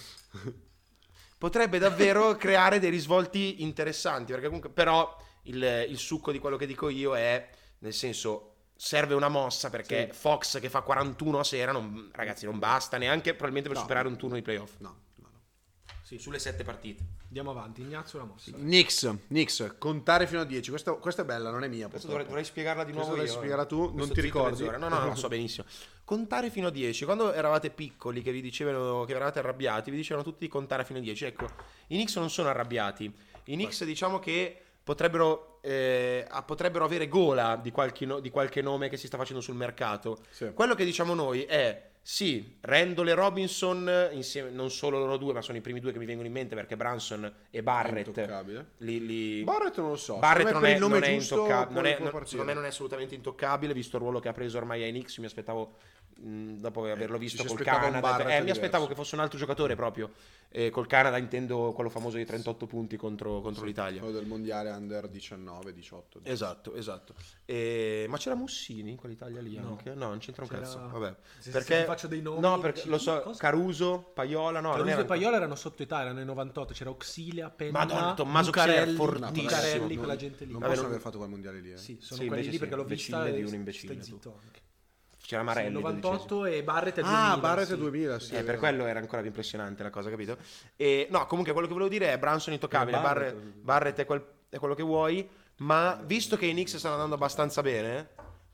creare dei risvolti interessanti, perché comunque però il succo di quello che dico io è, nel senso, serve una mossa, perché Fox che fa 41 a sera ragazzi, non basta neanche probabilmente per superare un turno di playoff. No. Sì, sulle 7 partite. Andiamo avanti, Ignazio la mossa. Knicks, contare fino a 10. Questa è bella, non è mia. Questo purtroppo. dovrei spiegarla di nuovo Questo io. dovrei spiegarla tu, non Questo ti zitto ricordi? mezz'ora. No, lo so benissimo. Contare fino a 10. Quando eravate piccoli, che vi dicevano che eravate arrabbiati, vi dicevano tutti di contare fino a 10. Ecco, i Knicks non sono arrabbiati. I Knicks diciamo che potrebbero avere gola di qualche nome che si sta facendo sul mercato. Sì. Quello che diciamo noi è: sì, Randall e Robinson insieme, non solo loro due, ma sono i primi due che mi vengono in mente, perché Branson e Barrett Intoccabile. li Barrett non lo so. Barrett Secondo me non per il è nome giusto intoccabile, può partire. secondo me non è assolutamente intoccabile, visto il ruolo che ha preso ormai ai Knicks. Mi aspettavo dopo averlo visto ci col aspettava un Canada. Barrett Mi aspettavo diverso. che fosse un altro giocatore proprio. Col Canada intendo quello famoso di 38 punti contro l'Italia. Quello del mondiale under 19, 18. Esatto. Ma c'era Mussini in quell'Italia lì anche? No, non c'entra un C'era- cazzo. Vabbè. Se Perché ti faccio dei nomi, no, perché lo so, cosa? Caruso, Paiola, no, non Caruso era e Paiola erano sotto Italia, erano nel 98, c'era Auxilia, Penna, Madonna, Tommaso Auxilia era Lucarelli, fortissimo. quella gente lì. Non Vabbè, possono non- aver fatto quel mondiale lì. Sì, sono Sì, quelli invece lì perché sì, l'ho vista imbecille di e un imbecille, stai tu. zitto anche. C'era Marelli. Sì, dodicesimo. 98 e Barrett è 2000. Barrett sì. è 2000, sì. Per quello era ancora più impressionante la cosa, capito? E no, comunque quello che volevo dire è Brunson intoccabile, Barrett è quello che vuoi, ma visto che i Knicks stanno andando abbastanza bene,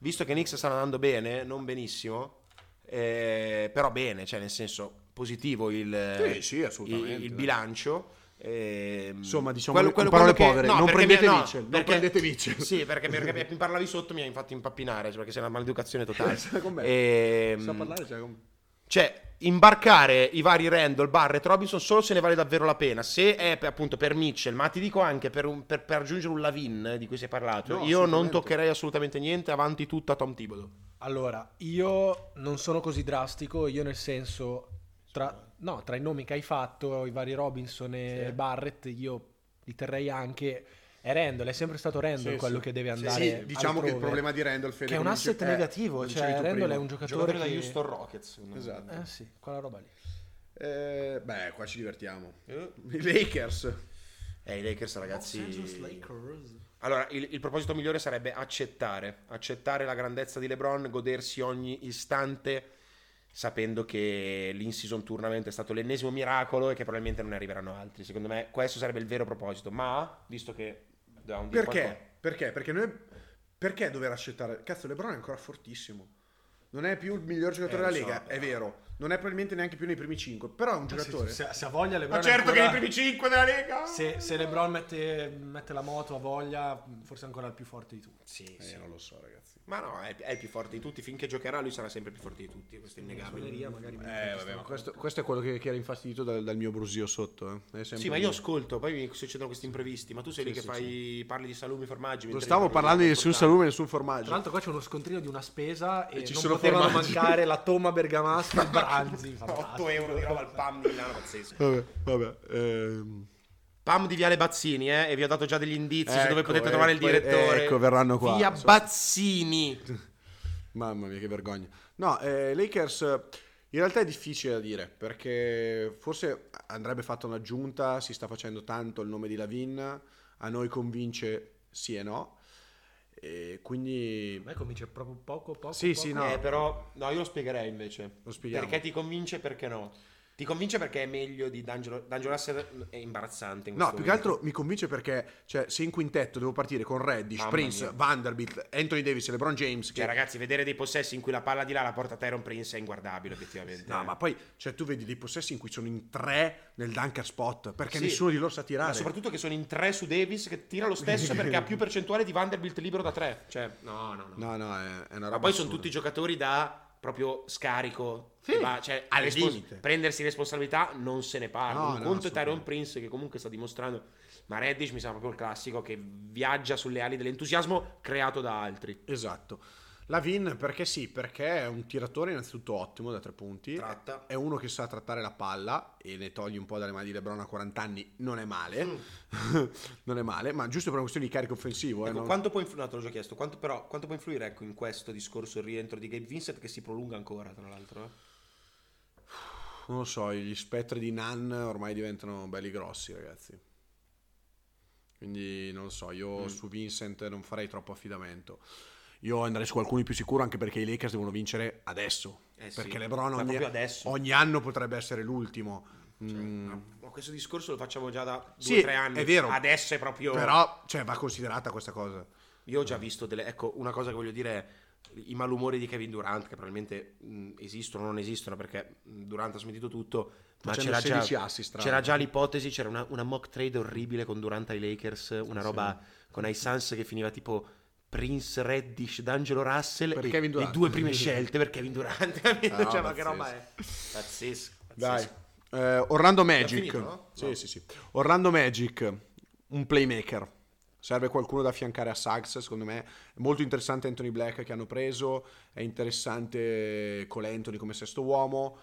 non benissimo, però bene, cioè nel senso positivo Sì, assolutamente. il bilancio. Insomma, diciamo con parole povere, non prendete Mitchell, non prendete Mitchell. Sì, perché mi parlavi sotto mi hai fatto impappinare, cioè, perché sei una maleducazione totale. Con me. Sa parlare, Cioè, imbarcare i vari Randall, Barrett, Robinson solo se ne vale davvero la pena. Se è appunto per Mitchell, ma ti dico anche per aggiungere un Lavin di cui si è parlato, No, io non assolutamente. toccherei assolutamente niente, avanti tutta Tom Thibodeau. Allora, io non sono così drastico, io nel senso tra i nomi che hai fatto, i vari Robinson e Barrett, io li terrei anche. È Randall, è sempre stato Randall quello che deve andare. Sì, diciamo che il altrove. problema di Randall, Fede, che è un come asset dicevi- negativo, come cioè dicevi tu Randall prima. è un giocatore Giocatore da che... Houston Rockets, secondo me. Esatto. sì, quella roba lì. Beh, qua ci divertiamo. I Lakers. I Lakers, ragazzi. Los Angeles Lakers. Allora, il proposito migliore sarebbe accettare la grandezza di LeBron, godersi ogni istante, sapendo che l'in-season tournament è stato l'ennesimo miracolo e che probabilmente non ne arriveranno altri. Secondo me questo sarebbe il vero proposito. Ma, visto che dobbiamo dire qualcosa- Perché noi perché dover accettare? Cazzo, LeBron è ancora fortissimo. Non è più il miglior giocatore della lo so, Lega, però. è vero. Non è probabilmente neanche più nei primi 5, però è un giocatore. Se ha voglia LeBron Ma certo è che ancora- nei primi 5 della Lega. Se LeBron mette la moto a voglia, forse è ancora il più forte di tutti. Sì. Non lo so, ragazzi. Ma no, è il più forte di tutti. Finché giocherà, lui sarà sempre il più forte di tutti. Questo è innegabile. Suoneria magari. Vabbè, ma questo è quello che era infastidito dal mio brusio sotto. È sempre Sì, ma io lì. ascolto, poi mi succedono questi imprevisti. Ma tu sei lì che parli di salumi, formaggi. Non mentre stavo io parlo parlando di nessun portale. salume, nessun Tra formaggio. l'altro qua c'è uno scontrino di una spesa e ci non sono potevano formaggi. mancare la Toma Bergamasca e Branzi. 8 euro di roba al PAM di Milano, pazzesco. Vabbè. PAM di Viale Bazzini, e vi ho dato già degli indizi su dove Ecco, potete trovare il direttore. ecco, verranno qua. Via Bazzini. Mamma mia, che vergogna. No, Lakers in realtà è difficile da dire perché forse andrebbe fatta un'aggiunta. Si sta facendo tanto il nome di Lavin. A noi convince sì e no. E quindi A me convince proprio poco. Sì, sì, no. Però, no, io lo spiegherei invece. Lo spieghiamo. Perché ti convince, perché no? Ti convince perché è meglio di D'Angelo Russell, è imbarazzante in No, questo più che momento. altro mi convince perché, cioè, se in quintetto devo partire con Reddish, Mamma Prince, mia. Vanderbilt, Anthony Davis e LeBron James. Cioè, ragazzi, vedere dei possessi in cui la palla di là la porta Tyron Prince è inguardabile, effettivamente. No, ma poi, cioè, tu vedi dei possessi in cui sono in 3 nel dunker spot perché Sì, nessuno di loro sa tirare. Ma soprattutto che sono in 3 su Davis che tira lo stesso perché ha più percentuale di Vanderbilt libero da 3. Cioè, no. No, è una roba. Ma poi sono assurda. tutti giocatori da proprio scarico. Sì, cioè, al limite. prendersi responsabilità non se ne parla. No, Un no, conto è Tyron assolutamente. Prince che comunque sta dimostrando. Ma Reddish mi sembra proprio il classico che viaggia sulle ali dell'entusiasmo creato da altri. Esatto. Lavin perché sì, perché è un tiratore innanzitutto ottimo da 3 punti. Tratta. È uno che sa trattare la palla e ne togli un po' dalle mani di LeBron a 40 anni, non è male. Non è male, ma giusto per una questione di carico offensivo. Ecco, no? quanto può influire, no, te l'ho già chiesto, quanto può influire ecco, in questo discorso il rientro di Gabe Vincent che si prolunga ancora, tra l'altro? Non lo so, gli spettri di Nan ormai diventano belli grossi, ragazzi. Quindi non lo so, io su Vincent non farei troppo affidamento. Io andrei su qualcuno di più sicuro, anche perché i Lakers devono vincere adesso. Sì, Perché LeBron ma proprio adesso. ogni anno potrebbe essere l'ultimo. Ma questo discorso lo facciamo già da 2 o Sì, 3 anni. è vero. Adesso è proprio... Però, cioè, va considerata questa cosa. Io ho già visto delle... Ecco, una cosa che voglio dire è i malumori di Kevin Durant, che probabilmente esistono o non esistono, perché Durant ha smentito tutto, ma Facendo c'era 16 già, assist, tra c'era l'altro. già l'ipotesi, c'era una mock trade orribile con Durant ai Lakers, una roba con ai Suns che finiva tipo Prince, Reddish, D'Angelo Russell Per e Kevin le Durant. 2 prime scelte per Kevin Durant, capito? Ah, Cioè, ma che pazzesco. roba è? Pazzesco. Dai. Orlando Magic. finito, no? Sì. Orlando Magic, un playmaker. serve qualcuno da affiancare a Suggs, secondo me. È molto interessante Anthony Black che hanno preso, è interessante Cole Anthony come sesto uomo,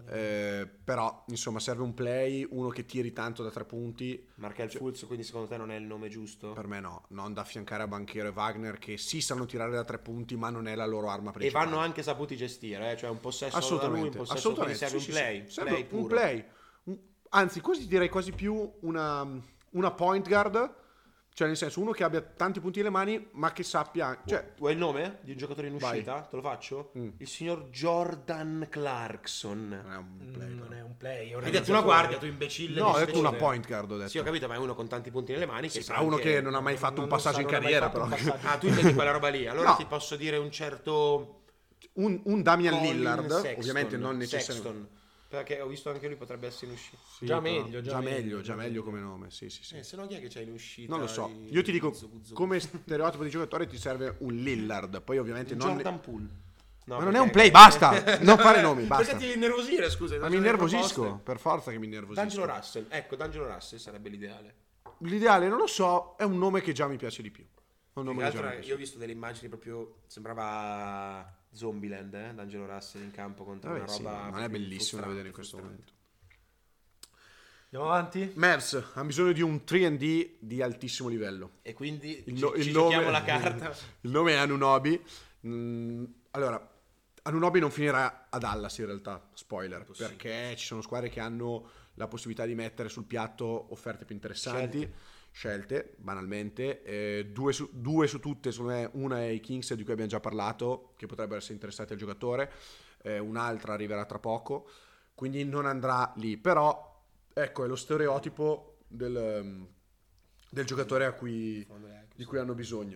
però insomma serve un play, uno che tiri tanto da 3 punti. Markel Fultz, quindi secondo te non è il nome giusto? Per me no, non da affiancare a Banchero e Wagner, che sì sanno tirare da 3 punti ma non è la loro arma principale. E vanno anche saputi gestire, cioè un possesso da lui, un possesso, quindi serve un play, serve puro. un play. Anzi, quasi direi quasi più una point guard, cioè nel senso uno che abbia tanti punti nelle mani ma che sappia, cioè Vuoi il nome di un giocatore in uscita? Vai. Te lo faccio? Il signor Jordan Clarkson. non è un play. Non è un play. Hai detto una guardia, tu imbecille. No, ho detto imbecille. una point guard, ho detto. Sì, ho capito, ma è uno con tanti punti nelle mani. Che Sarà uno che non ha mai fatto un passaggio in carriera, però. Ah, tu intendi quella roba lì. Allora No. ti posso dire un certo un Damian Colin Lillard, Sexton, ovviamente non necessariamente. Sexton. Perché ho visto anche lui potrebbe essere in uscita. Sì, Già però- meglio, già meglio come nome, sì. Se no chi è che c'è in uscita? Non lo so. Io ti dico, come stereotipo di giocatore ti serve un Lillard, poi ovviamente non... Jordan Poole. No, Ma non è perché- un play, basta! Non fare nomi, basta. Perché ti innervosire, scusa. Ma mi innervosisco, per forza che mi innervosisco. D'Angelo Russell, ecco, D'Angelo Russell sarebbe l'ideale. L'ideale, non lo so, è un nome che già mi piace di più. È un nome Tra che già mi l'altro piace. io ho visto delle immagini proprio, sembrava Zombieland, D'Angelo Russell in campo contro Vabbè, una sì, roba... non è proprio bellissimo da frustrante, vedere in questo frustrante. momento. Andiamo avanti? Mavs ha bisogno di un 3&D di altissimo livello. E quindi Il ci, no- ci il giochiamo nome- la carta. Il nome è Anunoby. Allora, Anunoby non finirà a Dallas in realtà, spoiler, perché ci sono squadre che hanno la possibilità di mettere sul piatto offerte più interessanti, scelte banalmente. Due su tutte, secondo me, una è i Kings di cui abbiamo già parlato, che potrebbero essere interessati al giocatore, un'altra arriverà tra poco, quindi non andrà lì, però ecco è lo stereotipo del giocatore di cui hanno bisogno.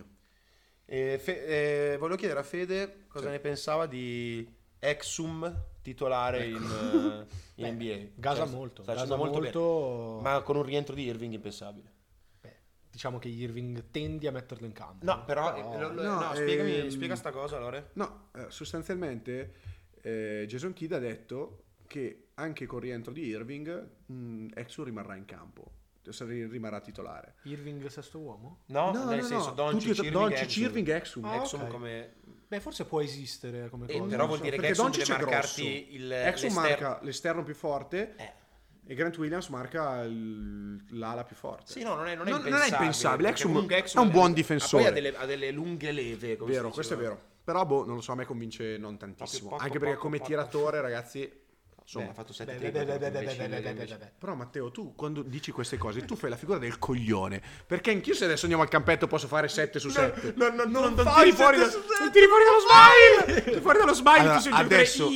Volevo chiedere a Fede cosa ne pensava di Exum titolare in NBA. Gasa Cioè, molto. sta Gasa facendo molto molto. bene. Ma con un rientro di Irving impensabile. Beh, diciamo che Irving tendi a metterlo in campo. No, però, no, spiega sta cosa, Lore. No, sostanzialmente Jason Kidd ha detto che anche con il rientro di Irving Exum rimarrà in campo, rimarrà titolare. Irving sesto uomo? No, nel senso Doncic, Irving, Exum. Ah, Exum ok. come... Beh, forse può esistere come cosa. però vuol dire che perché Exum Doncic deve è marcarti grosso. Exum l'esterno. marca l'esterno più forte e Grant Williams marca l'ala più forte. Sì, no, non è non è impensabile. impensabile. Perché Exum comunque è un buon difensore. Poi ha delle lunghe leve. Come Vero, si questo è diceva. vero. Però non lo so, a me convince non tantissimo. Poco, Anche perché poco, come poco. tiratore, ragazzi, insomma, Ha fatto 7 Beh. però Matteo, tu quando dici queste cose, tu fai la figura del coglione. Perché anch'io se adesso andiamo al campetto posso fare 7 su 7. non tiri fuori non tiri fuori dallo smile! Tiri fuori dallo smile, Allora, tu sei un giocatore adesso-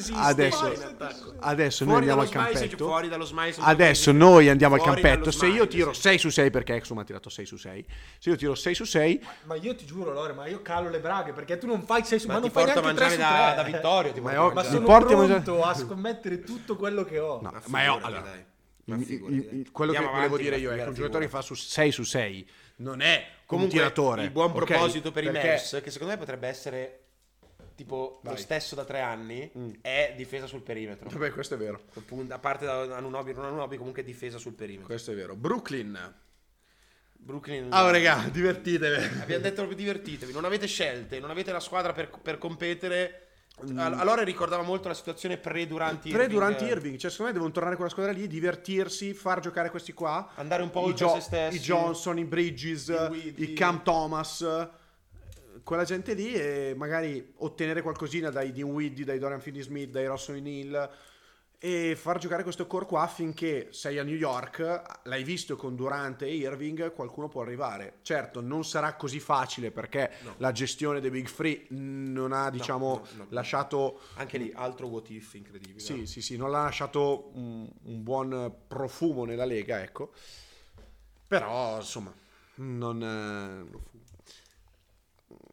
adesso noi andiamo al campetto. Fuori dallo smile. Adesso noi andiamo al Fuori campetto. dallo Se io smile, tiro sì. 6 su 6, perché Exum ha tirato 6 su 6. Se io tiro 6 su 6, Ma io ti giuro, Lore, ma io calo le braghe perché tu non fai 6 su, Ma ma ti non fai porto a neanche 3 mangiare su 3. da Vittorio. ti Ma porto a io- Ma mangiare. sono porti a pronto a scommettere tutto quello che ho. no, Ma ma io figurati, allora dai. Ma figurati, dai. quello che Andiamo volevo avanti, dire ma io è che un figurati giocatore che voi. fa su 6 su 6 non è Comunque, un tiratore. il buon ok? proposito per i Perché- Mavs, che secondo me potrebbe essere tipo lo stesso da 3 anni, è difesa sul perimetro. Vabbè, questo è vero. Appunto, a parte da Anunoby, non Anunoby, comunque difesa sul perimetro. Questo è vero. Brooklyn. Brooklyn. Raga, divertitevi. Abbiamo detto proprio divertitevi, non avete scelte, non avete la squadra per competere. Allora ricordava molto la situazione durante Durante Irving, cioè secondo me devono tornare quella squadra lì, divertirsi, far giocare questi qua, Andare un po' I oltre se stessi. i Johnson, i Bridges, Dinwiddie. i Cam Thomas, quella gente lì, e magari ottenere qualcosina dai Dinwiddie, dai Dorian Finney-Smith, dai Russell O'Neal, e far giocare questo core qua finché sei a New York, l'hai visto con Durant e Irving, qualcuno può arrivare. Certo, non sarà così facile perché la gestione dei Big Free non ha, diciamo, no. lasciato... Anche lì, altro what if incredibile. Sì, non l'ha lasciato un buon profumo nella Lega, ecco. Però, insomma, non...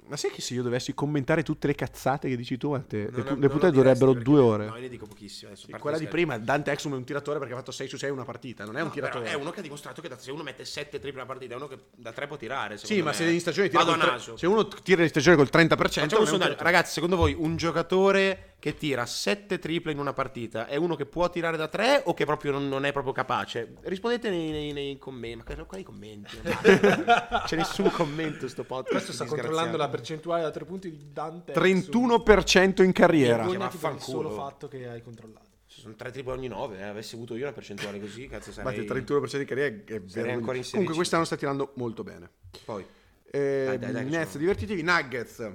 Ma sai che se io dovessi commentare tutte le cazzate che dici tu, le Non puntate lo dovrebbero diresti 2 ore. No, io ne dico pochissimo adesso. Sì, quella di prima, Dante Exum è un tiratore perché ha fatto 6 su 6 una partita, non è un Però tiratore. è uno che ha dimostrato che se uno mette 7 triple a partita, è uno che da 3 può tirare. Sì, ma me. se in stagione tira Vado a col naso. se uno tira in stagione col 30%, Facciamo non un è un sondaggio. tiratore. Ragazzi, secondo voi un giocatore che tira 7 triple in una partita è uno che può tirare da 3 o che proprio non è proprio capace? Rispondete nei commenti. Ma quali commenti? C'è nessun commento sto podcast. Questo sta controllando la percentuale da 3 punti di Dante. 31% in carriera. Vergognati per il vaffanculo. solo fatto che hai controllato. Ci sono 3 triple ogni 9. Avessi avuto io una percentuale così, cazzo sarei... Infatti, 31% di carriera è Sarei veramente. ancora in Serie Comunque C. quest'anno sta tirando molto bene. Poi. Dai, che Nets sono- divertitivi, Nuggets.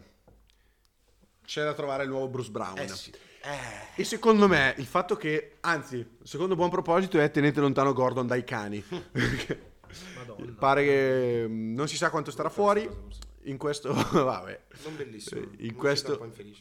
C'è da trovare il nuovo Bruce Brown. Sì. E secondo me il fatto che, anzi, il secondo buon proposito è tenete lontano Gordon dai cani. Madonna. Pare che non si sa quanto starà fuori. In questo, vabbè. Non bellissimo. In Non questo, siete un po'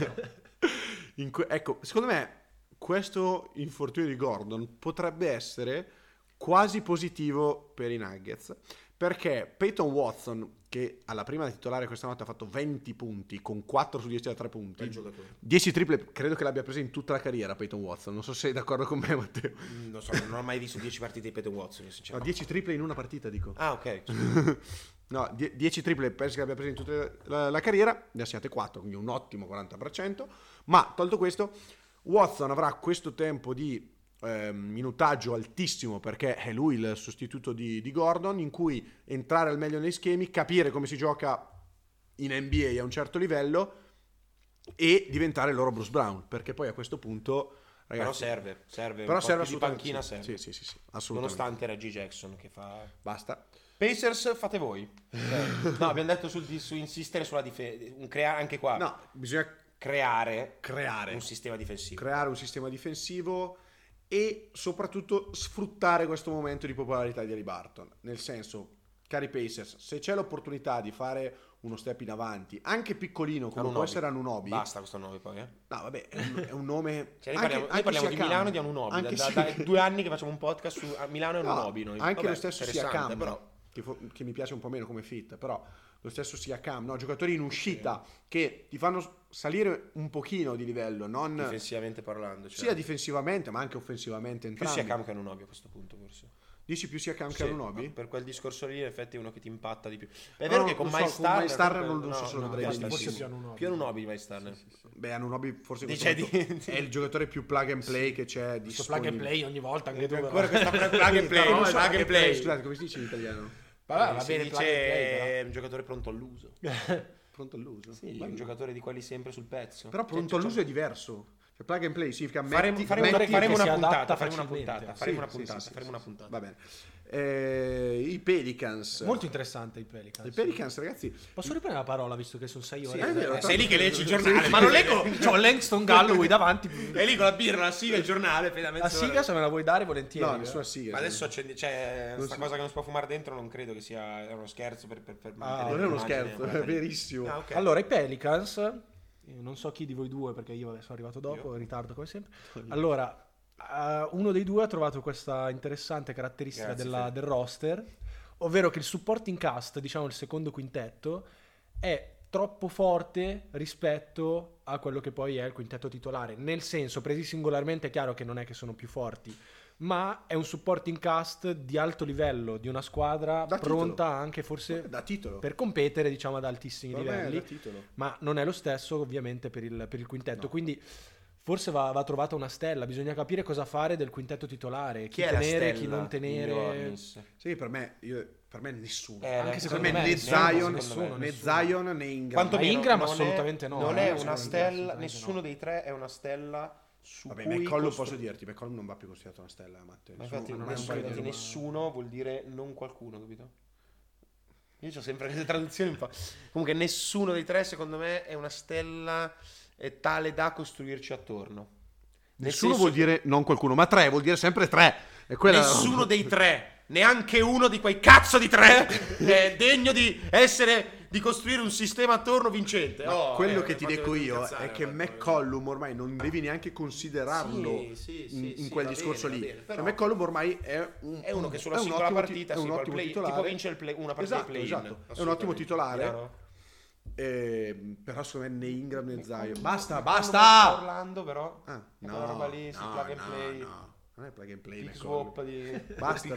infelici. ecco, secondo me questo infortunio di Gordon potrebbe essere quasi positivo per i Nuggets, perché Peyton Watson, che alla prima titolare questa notte ha fatto 20 punti con 4 su 10 da 3 punti, Bel giocatore. 10 triple, credo che l'abbia presa in tutta la carriera Peyton Watson, non so se sei d'accordo con me, Matteo. Non so, non ho mai visto 10 partite di Peyton Watson, No, sinceramente. 10 triple in una partita, dico. Ah, ok. No, 10 triple penso che abbia preso in tutta la carriera, ne ha segnate 4, quindi un ottimo 40%, ma tolto questo, Watson avrà questo tempo di minutaggio altissimo perché è lui il sostituto di Gordon, in cui entrare al meglio nei schemi, capire come si gioca in NBA a un certo livello e diventare il loro Bruce Brown, perché poi a questo punto, ragazzi, Però serve però un serve po' più di assolutamente, panchina, sì, serve. sì, assolutamente. Nonostante Reggie Jackson che fa... Basta. Pacers fate voi. No, abbiamo detto su insistere sulla difesa, anche qua. No, bisogna Creare creare un sistema difensivo. creare un sistema difensivo e soprattutto sfruttare questo momento di popolarità di Haliburton. Nel senso, cari Pacers, se c'è l'opportunità di fare uno step in avanti, anche piccolino come può Anunoby. essere Anunoby. Basta questo nome poi, No, vabbè, è un nome. Cioè, noi parliamo di Siakam. Milano e di Anunoby. Anche Da 2 anni che facciamo un podcast su Milano e no, Anunoby. Noi. anche Vabbè, lo stesso interessante, Siakam, però. che mi piace un po' meno come fit, però lo stesso Siakam, no? Giocatori in uscita che ti fanno salire un pochino di livello, non Difensivamente parlando. Cioè. sia difensivamente ma anche offensivamente Più entrambi. Siakam che Anunoby a questo punto, forse. Dici più Siakam che Sì, Anunoby? per quel discorso lì in effetti è uno che ti impatta di più. È No, vero no, che con lo so, Miles con Turner Miles Turner non so se lo vedrei infatti, benissimo. forse più Anunoby. Più Anunoby Miles Turner. Beh, Anunoby forse in Dice questo momento è il giocatore più plug and play che c'è Questo plug and play ogni volta anche tu. Ancora questa plug and play, No, plug and play. Scusate, come si dice in italiano? Vabbè, va Si bene, dice plug and play, è un giocatore pronto all'uso. Pronto all'uso? Sì, Ma- un giocatore di quelli sempre sul pezzo. Però pronto all'uso è diverso. Cioè, plug and play significa Faremo metti- una che si puntata, adatta faremo una facilmente. puntata, Sì, faremo una sì, puntata, sì, faremo sì, una sì. puntata. Va bene. I Pelicans. Molto interessante i Pelicans. I Pelicans, ragazzi. Posso riprendere la parola visto che sono 6 ore? è vero, Sei lì che leggi il giornale, Ma non leggo, c'ho Langston Galloway davanti. È lì con la birra, la siga, il giornale, fai da La mezz'ora. siga se me la vuoi dare volentieri. No, nessuna siga. Ma adesso accendi, c'è Non sta si- cosa che non si può fumare dentro, non credo che sia è uno scherzo per mantenere non è uno l'immagine, scherzo, guarda è lì. verissimo. Ah, ok. Allora, i Pelicans, io non so chi di voi due perché io sono arrivato dopo, in ritardo come sempre. Allora, uno dei due ha trovato questa interessante caratteristica Grazie, del roster, ovvero che il supporting cast, diciamo il secondo quintetto, è troppo forte rispetto a quello che poi è il quintetto titolare. Nel senso, presi singolarmente è chiaro che non è che sono più forti, ma è un supporting cast di alto livello, di una squadra Da pronta titolo. anche forse Da titolo. per competere, diciamo, ad altissimi Per me è livelli. da titolo. Ma non è lo stesso ovviamente per il quintetto, No. quindi forse va trovata una stella, bisogna capire cosa fare del quintetto titolare, chi Chi è la tenere, stella chi non di tenere. New Orleans? Sì, per me nessuno. Anche Per secondo me me né nessuno, Zion, né nessuno. Zion né Ingram. Quantomeno Ingram non è- assolutamente no, Non eh, è assolutamente una no, stella, assolutamente nessuno no. dei tre è una stella su Vabbè, cui McCollum posso dirti, McCollum non va più considerato una stella, Matteo. Ma infatti, Non è un paio di nessuno vuol dire non qualcuno, capito? Io ho sempre queste traduzioni un po'. Comunque, nessuno dei tre, secondo me, è una stella tale da costruirci attorno. Nel Nessuno senso vuol dire non qualcuno, ma tre vuol dire sempre tre. E quella nessuno dei tre, neanche uno di quei cazzo di tre, è degno di costruire un sistema attorno vincente. No, quello che ti mi dico fate io incazzare, è che guarda. McCollum ormai non devi neanche considerarlo in quel va discorso bene, lì. va bene, però Cioè, McCollum ormai è uno che sulla è un singola ottimo partita è un sì, col ottimo play, titolare. tipo vince una partita Esatto, di play-in. esatto. È un ottimo titolare. Chiaro? Però secondo me né Ingram né Zion. Basta. Orlando però. No, quella roba lì, si plug and play. No. Non è plug and play. Pick swap di... Basta.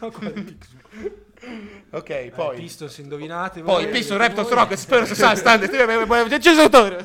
Ok, poi... Pistons indovinate. Poi voi? Pistons, Raptors, Rockets, Spurs, Suns, Thunder, Giocatore.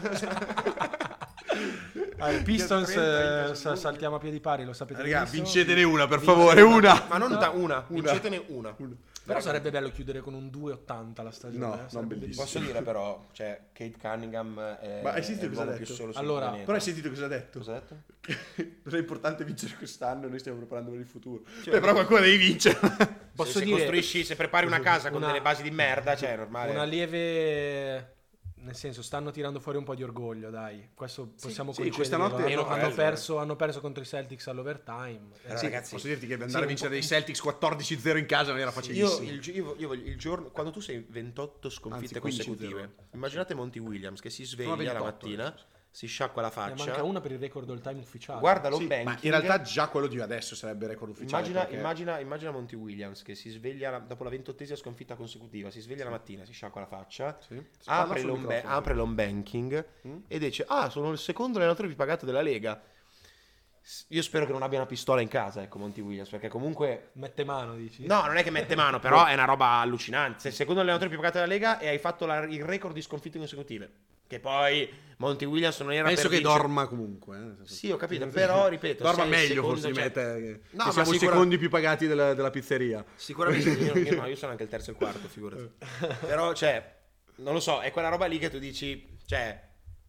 Pistons saltiamo a piedi pari, lo sapete Raga, benissimo. vincetene una, per favore, una. Ma non una. Vincetene una. Però sarebbe bello chiudere con un 2,80 la stagione. No, sarebbe non bellissimo. Posso dire però, cioè, Kate Cunningham è Ma hai sentito cosa ha l'uomo più detto? solo sul Allora, pianeta. Però hai sentito cosa ha detto? Cosa ha detto? Non è importante vincere quest'anno, noi stiamo preparando per il futuro. Beh, però qualcuno devi vincere. Posso se dire costruisci, se prepari una casa con delle basi di merda, cioè è normale. una lieve... Nel senso, stanno tirando fuori un po' di orgoglio, dai. Questo possiamo sì, concederlo. questanotte hanno perso contro i Celtics all'overtime. Sì, ragazzi, posso dirti che andare a vincere dei Celtics 14-0 in casa non era facilissimo. Io voglio il giorno, quando tu sei 28 sconfitte Anzi, 15-0. consecutive, immaginate Monty Williams che si sveglia 28, la mattina, si sciacqua la Ne faccia, manca una per il record all time ufficiale. guarda lo Sì, banking. ma in realtà già quello di adesso sarebbe record ufficiale. Immagina Monty Williams che si sveglia dopo la 28esima sconfitta consecutiva, si sveglia la mattina, si sciacqua la faccia, Sì. apre Sul l'home microfono. apre l'home banking e dice: ah, sono il secondo allenatore più pagato della Lega. Io spero che non abbia una pistola in casa, ecco, Monty Williams, perché comunque... Mette mano, dici? No, non è che mette mano, però è una roba allucinante. Sei il secondo allenatore più pagato della Lega e hai fatto il record di sconfitte consecutive. Che poi Monty Williams non era Penso per che vincere- dorma comunque. Nel senso- Sì, ho capito, però ripeto, Dorma sei il meglio secondo, forse di cioè- me te, No, che ma siamo i secondi più pagati della pizzeria. Sicuramente io sono anche il terzo e il quarto, figurati. Però, cioè, non lo so, è quella roba lì che tu dici, cioè...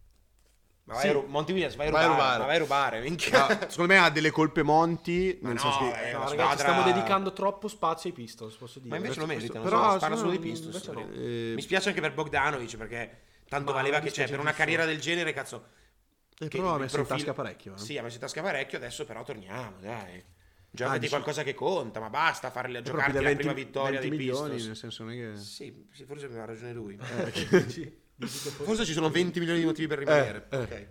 Ma vai Sì. Monty Williams, vai a Vai a rubare, rubare. ma vai a rubare, minchia. No, secondo me ha delle colpe Monti, nel no, senso che... è No, una ragazzi, squadra- stiamo dedicando troppo spazio ai Pistons, posso dire. Ma invece lo meritano, però però parla sono- solo di Pistons. invece no. Mi spiace anche per Bogdanovic, perché tanto Ma valeva mi che c'è per una dispiace carriera del genere, cazzo. che però ha il messo in profilo- tasca parecchio. Sì, ha messo in tasca parecchio, adesso però torniamo, dai. Giocati dici- qualcosa che conta, ma basta farle Proprio giocarti da la prima vittoria 20 dei milioni, Pistons. nel senso non è che... Sì, forse aveva ragione lui. Dici che Forse ci sono 20 milioni di motivi per rimanere. Ok.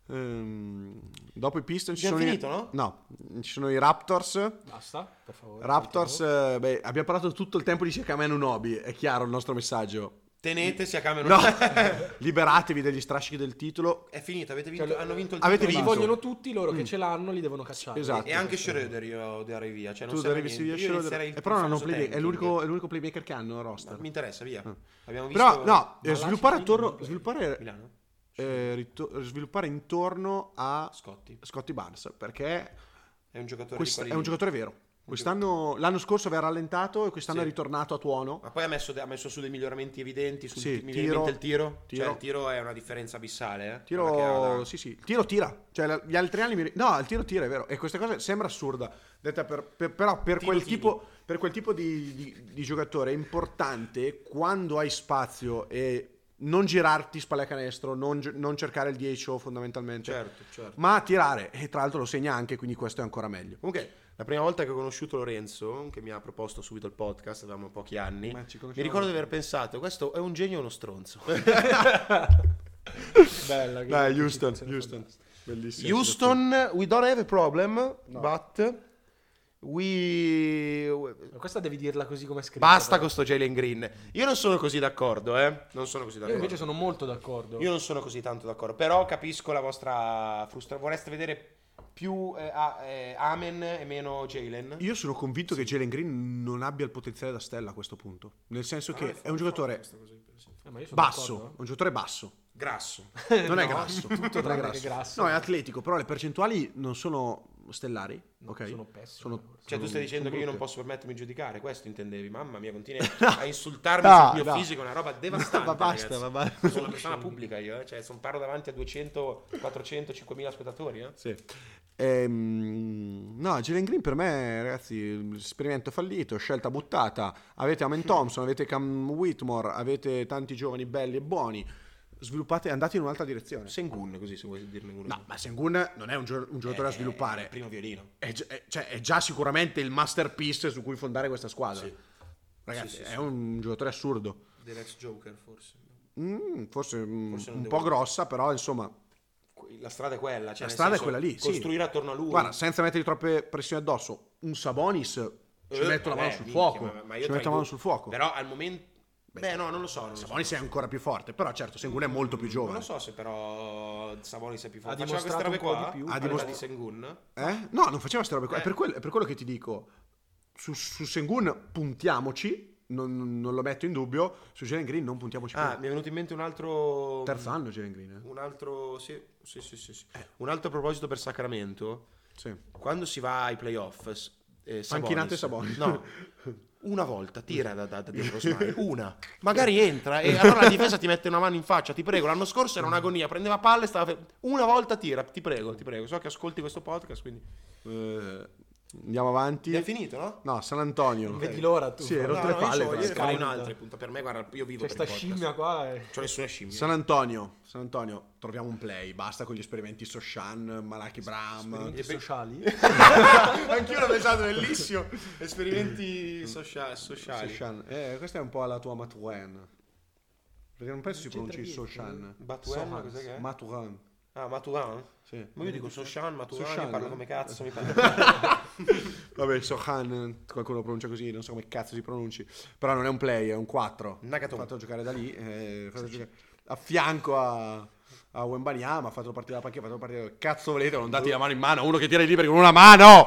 Dopo i Pistons ci Abbiamo sono finito, no? No, ci sono i Raptors. Basta, per favore. Raptors, beh, abbiamo parlato tutto il tempo di Siakam Anunoby, è chiaro il nostro messaggio. Tenete, si accamano. No, liberatevi degli strascichi del titolo. È finito, avete vinto, Cioè, hanno vinto il avete titolo. Li vinto. vogliono tutti, loro che ce l'hanno li devono cacciare. Esatto. E anche Schroeder io darei via. Cioè, non Tu serve devi niente. vestire Io Schroeder. inizierei il Però non hanno famoso playmaker, tanking. è l'unico playmaker che hanno a roster. Mi interessa, via. Abbiamo visto... Però no, Ma sviluppare lasci attorno finire. sviluppare Milano? sviluppare intorno a Scotti. Scottie Barnes, perché È un giocatore di è un qualità. giocatore vero. Quest'anno, l'anno scorso aveva rallentato e quest'anno Sì. è ritornato a tuono. Ma poi ha messo su dei miglioramenti evidenti. Sì, Mi viene in mente il tiro. tiro. Cioè, il tiro è una differenza abissale. Guarda che Tiro, ha- sì, sì, il tiro tira. Cioè, gli altri anni no, il tiro tira, è vero. E questa cosa sembra assurda. Detta però per Tiro quel tiri. tipo, per quel tipo di giocatore è importante quando hai spazio e non girarti spalle a canestro, non cercare il 10 fondamentalmente, Certo. ma tirare. E tra l'altro lo segna anche, quindi questo è ancora meglio. Comunque, la prima volta che ho conosciuto Lorenzo, che mi ha proposto subito il podcast, avevamo pochi anni, Ma ci conosciamo mi ricordo di aver pensato, questo è un genio o uno stronzo? Bella. che Dai, situazione Houston. fantastica. Bellissimo. Houston, we don't have a problem, but we... Ma questa devi dirla così come è scritta. Basta però. con sto Jalen Green. Io non sono così d'accordo, Non sono così Io d'accordo. invece sono molto d'accordo. Io non sono così tanto d'accordo, però capisco la vostra frustrazione. Vorreste vedere più Amen e meno Jalen? Io sono convinto che Jalen Green non abbia il potenziale da stella a questo punto. Nel senso che è un giocatore Ma io sono basso, d'accordo, un giocatore basso. Grasso. Non è No, grasso, tutto non è tranne grasso. che grasso. No, è atletico, però le percentuali non sono stellari, No, ok? sono pessime. Cioè, tu stai dicendo che io non brutte. posso permettermi di giudicare, questo intendevi? Mamma mia, continui a insultarmi No, sul mio no. fisico, è una roba devastante. Ma basta, ragazzi. va bene. Sono una persona pubblica io, cioè, parlo davanti a 200, 400, 5.000 spettatori, Sì. No, Jalen Green per me, ragazzi, esperimento fallito, scelta buttata. Avete Amen Thompson, avete Cam Whitmore, avete tanti giovani belli e buoni. Sviluppate, andate in un'altra direzione. Sengun, così se vuoi dirne uno. No, ma Sengun non è un giocatore da È sviluppare. il primo violino. È già sicuramente il masterpiece su cui fondare questa squadra. Sì. Ragazzi, Sì, è un giocatore assurdo. Dell'ex Joker, forse. Forse non un devo- po' grossa, però insomma, La strada è quella. Cioè, la nel strada è senso, quella lì. Sì. Costruire attorno a lui. Guarda, senza mettere troppe pressioni addosso, un Sabonis ci metto la mano sul fuoco. Ma io Ci tra metto i la mano due- sul fuoco. Però al momento Beh, no, non lo so. Sabonis è ancora più forte, però certo, Sengun è molto più giovane. Non lo so se però Sabonis è più forte. Ha Faceva queste robe dimostrato un po' qua? di più. Ha dimostrato di Sengun? No, non faceva queste robe qua. È per quello che ti dico. Su Sengun puntiamoci, non lo metto in dubbio. Su Jalen Green non puntiamoci più. Mi è venuto in mente un altro... Terzo anno Jalen Green. Un altro... Sì. Un altro proposito per Sacramento. Sì. Quando si va ai playoff... Panchinate Sabonis. No. Una volta tira da dietro Smile, una, magari entra e allora la difesa ti mette una mano in faccia, ti prego. L'anno scorso era un'agonia, prendeva palle, una volta tira, ti prego, so che ascolti questo podcast, quindi Andiamo avanti. è finito, no? No, San Antonio. Non vedi l'ora tu. Sì, hai rotto No, le io palle. so, però. io ne farei Skype. un'altra, appunto. Per me, guarda, io vivo C'è per sta il podcast. scimmia qua. C'ho nessuna scimmia. San Antonio, troviamo un play, basta con gli esperimenti Soshan, Malaki Bram. Gli sociali. Anch'io l'ho pensato, bellissimo. Esperimenti sociali. Soshan. Questa è un po' alla tua Maturin. Perché non penso si pronunci Soshan. Batuen, cos'è che è? Maturin. Ah, Maturin? Sì. Ma io dico Soshan, Maturin, Soshan, io parlo eh? come cazzo mi parlo. Vabbè, Soshan, qualcuno lo pronuncia così, non so come cazzo si pronunci. Però non è un play, è un 4. Nagato. Fatto giocare da lì, fatto giocare a fianco a Wembanyama, ha fatto partire la panchina, ha fatto partire che cazzo volete, non dati la mano in mano a uno che tira i liberi con una mano.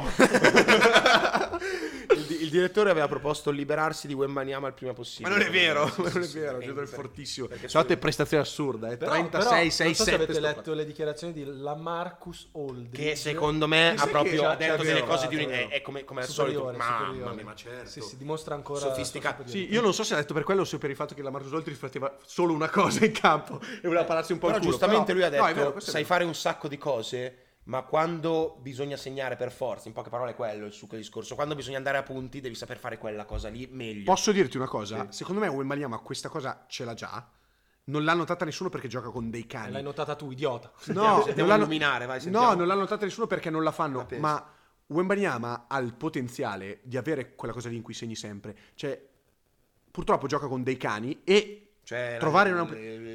Il direttore aveva proposto liberarsi di Wembanyama il prima possibile. Ma non è vero, Sì, non è sì, vero, sì, il giocatore è perché- fortissimo. perché State prestazione assurda, Però, 36, 6, non so se 7. avete letto le dichiarazioni di Lamarcus Aldridge. Che secondo me ha sai proprio che ha detto c'è delle vero, cose di c'è vero. è come al Superiore, solito. Mamma superiore. mia, ma certo. Sì, dimostra ancora Sofisticato. la sua Sì, superiorità. io non so se ha detto per quello o se per il fatto che la Marcus Aldridge faceva solo una cosa in campo e voleva pararsi un po' Però il culo. giustamente però- lui ha detto No, è vero, questo è sai vero. fare un sacco di cose, ma quando bisogna segnare per forza, in poche parole è quello il succo del discorso, quando bisogna andare a punti devi saper fare quella cosa lì meglio. Posso dirti una cosa? Secondo me Wembanyama questa cosa ce l'ha già. Non l'ha notata nessuno perché gioca con dei cani. L'hai notata tu, idiota. No, Sentiamo non l'ha- illuminare, vai, sentiamo. No, non l'ha notata nessuno perché non la fanno. Ma penso. Ma Wembanyama ha il potenziale di avere quella cosa lì in cui segni sempre. Cioè, purtroppo gioca con dei cani e Cioè, trovare una...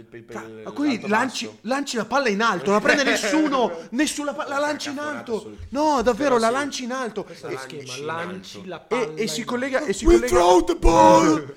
Qui lanci la palla in alto, non la prende nessuno. La lanci in alto. No, davvero, la lanci in alto. Questo è lo schema. Lanci la E palla. si in collega. E si We collega... throw the ball!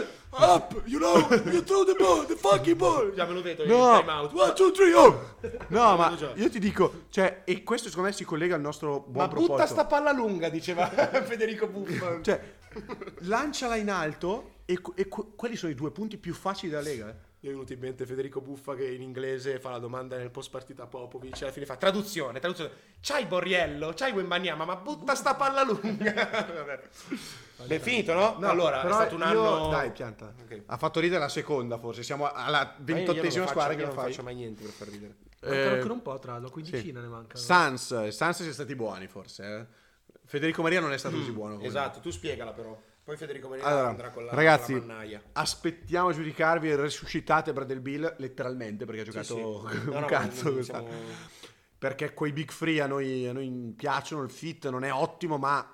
Up, you throw the ball, the fucking ball! Già me lo vedo, No. il time out. 1, 2, 3, oh! No, ma io ti dico, cioè, e questo secondo me si collega al nostro buon Ma proposito. butta sta palla lunga, diceva Federico Buffa. Cioè, lanciala in alto e quelli sono i 2 punti più facili della Lega. Mi è venuto in mente Federico Buffa che in inglese fa la domanda nel post partita a Popovic e alla fine fa traduzione. C'hai Borriello, c'hai Wembanyama, ma butta sta palla lunga. Vabbè. È finito, no? Allora, è stato un anno... Dai, pianta. Ok. Ha fatto ridere la seconda, forse. Siamo alla Ma io non 28esima squadra che io lo non fai. faccio mai niente per far ridere. Mancano ancora un po', tra l'altro, quindicina Sì. ne mancano. Suns siamo stati buoni, forse. Federico Maria non è stato così buono. come Esatto, tu spiegala però. Poi Federico Maria Allora, andrà con la ragazzi, con la mannaia. aspettiamo a giudicarvi e resuscitate Bradley Bill letteralmente perché ha giocato Sì. un No, cazzo non quest'anno. siamo- Perché quei big free a noi piacciono, il fit non è ottimo, ma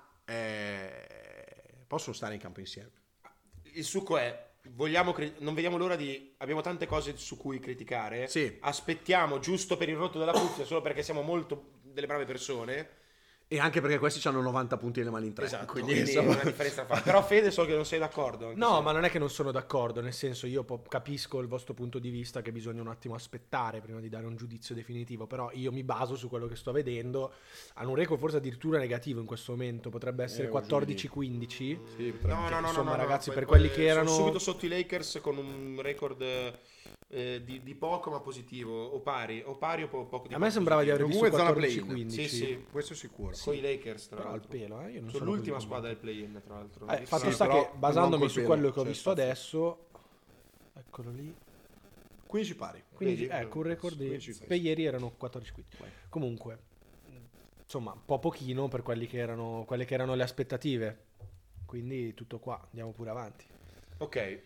possono stare in campo insieme. Il succo è non vediamo l'ora di abbiamo tante cose su cui criticare. Sì. Aspettiamo giusto per il rotto della cuffia solo perché siamo molto delle brave persone. E anche perché questi hanno 90 punti nelle mani in 3. Esatto, quindi quindi insomma... una differenza da fare. Però Fede so che non sei d'accordo. anche No, se- ma non è che non sono d'accordo, nel senso io capisco il vostro punto di vista che bisogna un attimo aspettare prima di dare un giudizio definitivo, però io mi baso su quello che sto vedendo. Hanno un record forse addirittura negativo in questo momento, potrebbe essere 14-15. Sì, No, Insomma, ragazzi, per que- quelli che sono erano- subito sotto i Lakers con un record di poco ma positivo, o pari o poco di A me poco sembrava di aver Comunque visto zona play-in. 14-15. Sì, sì. questo sicuro. con i Lakers tra Però al l'altro. pelo, io non Sono sono l'ultima così squadra del play-in tra l'altro. Fatto Sì, sta però che basandomi non su colpevole, quello che ho cioè, visto spazio. adesso, eccolo lì. 15 pari. Quindi Vedi? ecco un record di 15. per ieri erano 14-15. Comunque, insomma, un po' pochino per quelle che erano le aspettative. Quindi tutto qua, andiamo pure avanti. Ok.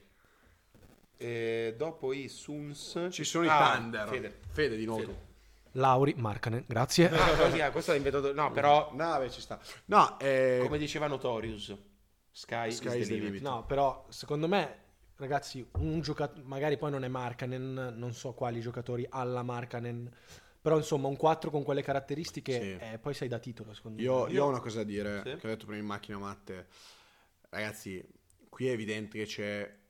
E dopo i Suns Ci sono i Ah, Thunder. Fede. di nuovo. Fede. Lauri Markkanen, grazie. Questo l'ha inventato. No, però No, beh, ci sta. No, come diceva Notorious, Sky is the limit. No, però secondo me, ragazzi, un giocatore, magari poi non è Markkanen, non so quali giocatori alla Markkanen, però insomma un 4 con quelle caratteristiche, Sì. poi sei da titolo secondo io me. ho una cosa da dire, Sì. che ho detto prima in macchina, Matte. Ragazzi, qui è evidente che c'è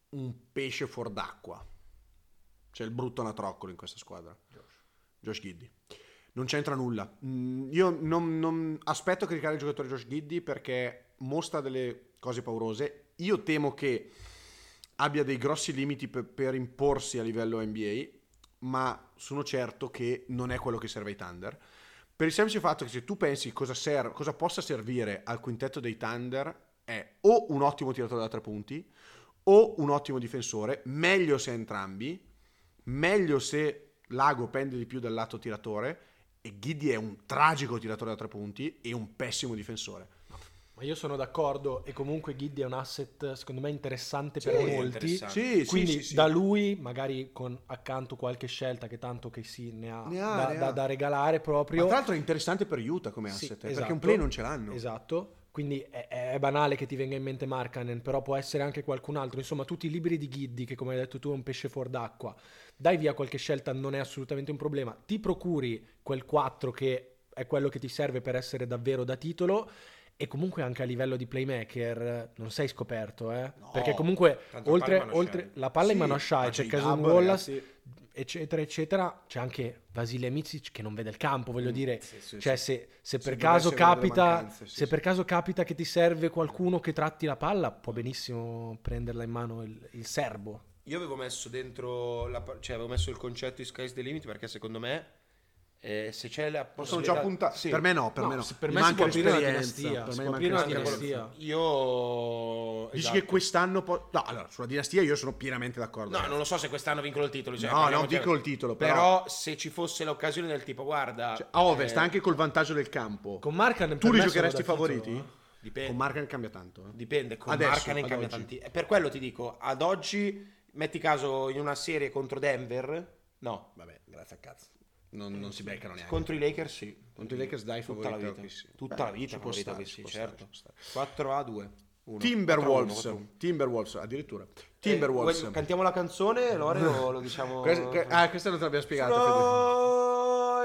un pesce fuor d'acqua. C'è il brutto anatroccolo in questa squadra. Josh Giddey. Non c'entra nulla. Io non aspetto criticare il giocatore Josh Giddey perché mostra delle cose paurose. Io temo che abbia dei grossi limiti per imporsi a livello NBA, ma sono certo che non è quello che serve ai Thunder. Per il semplice fatto che se tu pensi cosa possa servire al quintetto dei Thunder è o un ottimo tiratore da 3 punti o un ottimo difensore, meglio se entrambi, meglio se Lago pende di più dal lato tiratore, e Giddey è un tragico tiratore da 3 punti e un pessimo difensore. Ma io sono d'accordo, e comunque Giddey è un asset secondo me interessante per molti. Sì, quindi sì. da lui magari con accanto qualche scelta che tanto che ne ha da regalare proprio. Ma tra l'altro è interessante per Utah come asset, esatto, perché un play non ce l'hanno. Esatto. Quindi è banale che ti venga in mente Markkanen, però può essere anche qualcun altro. Insomma, tutti i liberi di Giddey, che come hai detto tu è un pesce fuor d'acqua. Dai via qualche scelta, non è assolutamente un problema. Ti procuri quel 4 che è quello che ti serve per essere davvero da titolo, e comunque anche a livello di playmaker non sei scoperto, No, perché comunque oltre la palla in mano a Shai, c'è Cason Wallace, eccetera eccetera, c'è anche Vasilij Micic che non vede il campo, voglio dire, cioè se per caso capita per caso capita che ti serve qualcuno che tratti la palla, può benissimo prenderla in mano il serbo. Io avevo messo dentro avevo messo il concetto di Sky's the Limit perché secondo me se c'è la possono già puntare. Sì. Per me no. Per me Mi si manca può aprire una l'esperienza. dinastia. Per Si me può manca aprire una l'esperienza. dinastia. Io Dici esatto. che quest'anno no, allora sulla dinastia io sono pienamente d'accordo. No, non lo so se quest'anno vincono il titolo. Cioè, No, non dico il titolo, però se ci fosse l'occasione del tipo, guarda, a Ovest anche col vantaggio del campo. Con Markkanen Tu per li me giocheresti sono da favoriti? titolo, dipende. Con Markkanen cambia tanto. Dipende, con Adesso, Markkanen ad cambia oggi. tanti. Per quello ti dico, ad oggi, metti caso in una serie contro Denver, no, Vabbè, grazie a cazzo. Non si beccano neanche. contro i Lakers sì. Contro i Lakers dai Tutta la favorito. vita. Tutta la vita ci può favorito stare, che ci sì, può certo. stare, ci può stare. 4-2. Timberwolves addirittura. Timberwolves. Cantiamo la canzone, Lore, o lo diciamo? Questa non te l'abbiamo spiegata.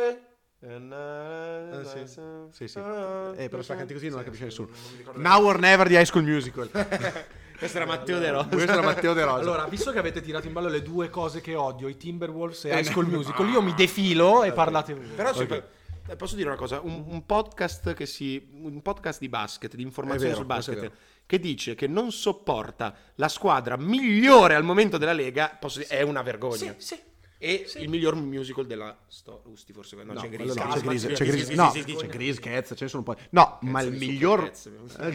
Sì. Però se la canti così non la capisce nessuno. Now or Never di High School Musical. Questo era Matteo De Rosa. Questo era Matteo De Rosa. Allora, visto che avete tirato in ballo le due cose che odio, i Timberwolves e High School Musical, io mi defilo e parlate voi. Però posso dire una cosa, un podcast un podcast di basket, di informazioni È vero, sul basket, questo è che dice che non sopporta la squadra migliore al momento della Lega, è una vergogna. Sì. E il miglior musical della storia. Usti, forse no, c'è quello Grease. no, c'è Grease, c'è Grease. Sì, No, sì, sì, c'è sì. Grease, Cats, ce ne sono un po'. No, ma il di miglior Super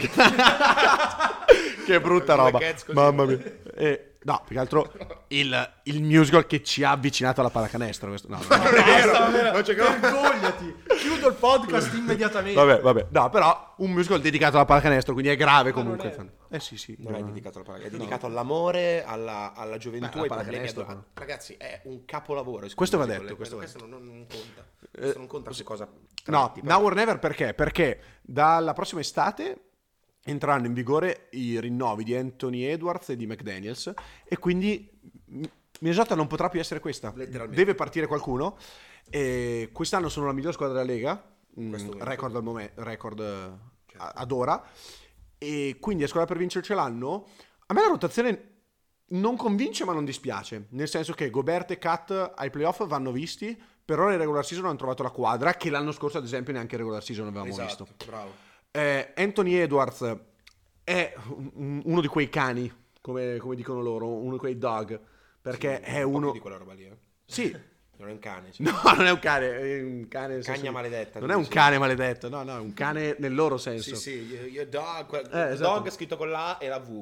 che brutta Come roba. Cats così. Mamma mia. No, più che altro il musical che ci ha avvicinato alla pallacanestro. Questo. No, Non è vero. non c'è Vergognati! Chiudo il podcast immediatamente. Vabbè. No, però un musical dedicato alla pallacanestro, quindi è grave comunque. Sì. Non è dedicato alla pallacanestro, è dedicato all'amore, alla gioventù Beh, ai alla problemi. pallacanestro, Ragazzi, è un capolavoro. Questo va musical, detto, questo va questo non conta. Questo non conta su cosa No, tratti, Now or Never perché? Perché dalla prossima estate entreranno in vigore i rinnovi di Anthony Edwards e di McDaniels, e quindi Minnesota non potrà più essere questa. Letteralmente. Deve partire qualcuno, e quest'anno sono la miglior squadra della Lega, record al momento, ad ora, e quindi la squadra per vincere ce l'hanno. A me la rotazione non convince, ma non dispiace, nel senso che Gobert e Cat ai playoff vanno visti, però nel regular season hanno trovato la quadra che l'anno scorso ad esempio neanche in regular season avevamo visto. Bravo. Anthony Edwards è uno di quei cani, come dicono loro, uno di quei dog, perché è uno... di quella roba lì, Sì. Non è un cane. No, non è un cane, è un cane nel senso- Cagna maledetta. Non è un cane maledetto, no, è un cane nel loro senso. Sì, dog. Esatto. Dog scritto con la A e la V.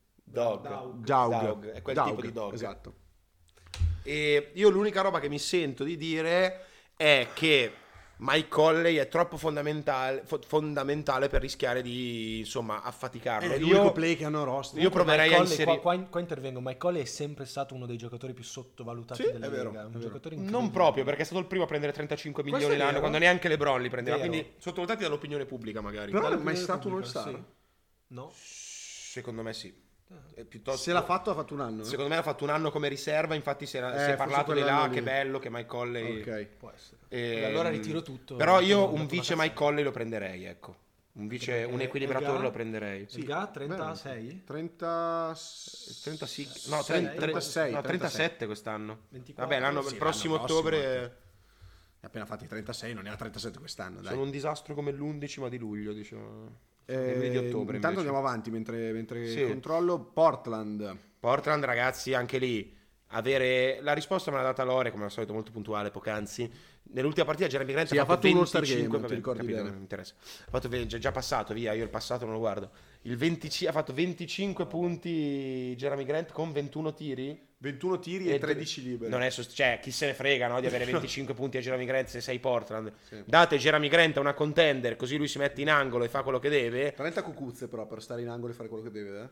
Dog. È quel tipo di dog. Esatto. E io l'unica roba che mi sento di dire è che Mike Conley è troppo fondamentale per rischiare di, insomma, affaticarlo. È l'unico play che hanno roster. Io proverei a inserire... Qua intervengo. Mike Conley è sempre stato uno dei giocatori più sottovalutati della Lega. Un giocatore incredibile. Non proprio, perché è stato il primo a prendere 35 Questo milioni è l'anno, vero. quando neanche LeBron li prendeva. Vero. Quindi sottovalutati dall'opinione pubblica, magari. Però non è Dall'opinione mai stato un pubblica, all-star. sì. No? Secondo me sì. Piuttosto... Se l'ha fatto, ha fatto un anno. Secondo me ha fatto un anno come riserva, infatti si è forse parlato di là, quell'anno che lì. bello, che Mike Conley... Ok. Può essere. Allora ritiro tutto. Però io Ho fatto un una vice cazzata. Mike Conley lo prenderei, ecco. un equilibratore lo prenderei. Il GA 36? 36, no, 36, 37 quest'anno. 24. Vabbè, il prossimo ottobre appena fatti 36, non ne ha 37 quest'anno, dai. sono un disastro come l'11 ma di luglio, diciamo. Di ottobre. Intanto andiamo avanti mentre controllo. Portland, ragazzi, anche lì avere la risposta me l'ha data Lore, come al solito molto puntuale poc'anzi. Nell'ultima partita Jeremy Grant ha fatto 25, uno All-Star Game, ti ricordi bene. Non mi interessa. Già passato, via, io il passato non lo guardo. Ha fatto 25 punti Jeremy Grant con 21 tiri. 21 tiri e 13 liberi. Non è cioè, chi se ne frega, no, di avere 25 punti a Jeremy Grant se sei Portland. Sì. Date Jeremy Grant a una contender, così lui si mette in angolo e fa quello che deve. 30 cucuzze però per stare in angolo e fare quello che deve,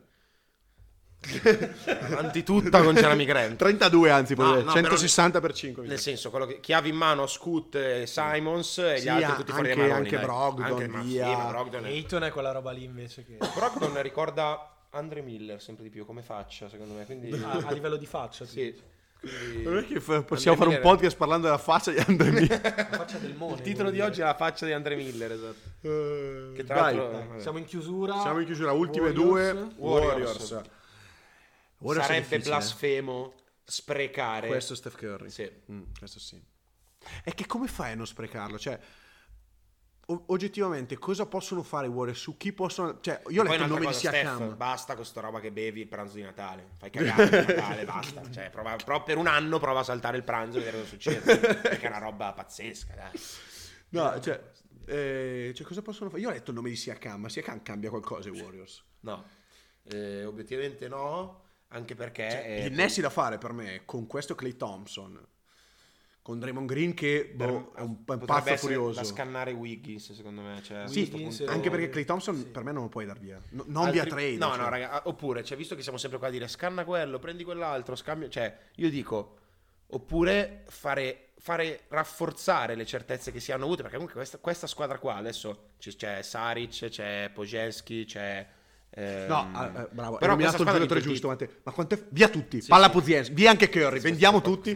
Avanti tutta con Jeremy Grant. 32 anzi, No, 160 per 5. Nel senso, chi ha in mano Scoot e Simons e gli altri tutti fuori dai maroni. Anche Brogdon, Brogdon Ayton è quella roba lì invece che... Brogdon ricorda Andre Miller sempre di più come faccia, secondo me, quindi a livello di faccia, sì. Quindi... Non è che possiamo fare un podcast parlando della faccia di Andre Miller. La faccia del mondo. Il titolo di oggi è la faccia di Andre Miller, esatto. Che tra l'altro siamo in chiusura. Ultime due Warriors. Sarebbe blasfemo sprecare questo Steph Curry. Sì. Questo sì. È che come fai a non sprecarlo? Cioè, oggettivamente cosa possono fare i Warriors? Su chi possono... Cioè, io ho letto il nome di Siakam. Basta con sta roba che bevi il pranzo di Natale. Fai cagare il Natale, basta. Cioè, per un anno prova a saltare il pranzo e vedere cosa succede. Perché è una roba pazzesca, dai. No, cioè, cosa possono fare? Io ho letto il nome di Siakam, ma Siakam cambia qualcosa ai Warriors? No. Obiettivamente no, anche perché... gli innessi da fare per me con questo Klay Thompson, con Draymond Green che è un pazzo furioso da scannare Wiggins, secondo me, cioè, sì, anche perché Klay Thompson per me non lo puoi dar via, non via trade, no, raga, oppure, cioè, visto che siamo sempre qua a dire scanna quello, prendi quell'altro, scambio, cioè io dico, oppure fare rafforzare le certezze che si hanno avute, perché comunque questa squadra qua adesso c'è Saric, c'è Pojenski, c'è bravo, però hai nominato il giocatore giusto, ma quanto via tutti, palla Puzienski, via anche Curry, vendiamo tutti.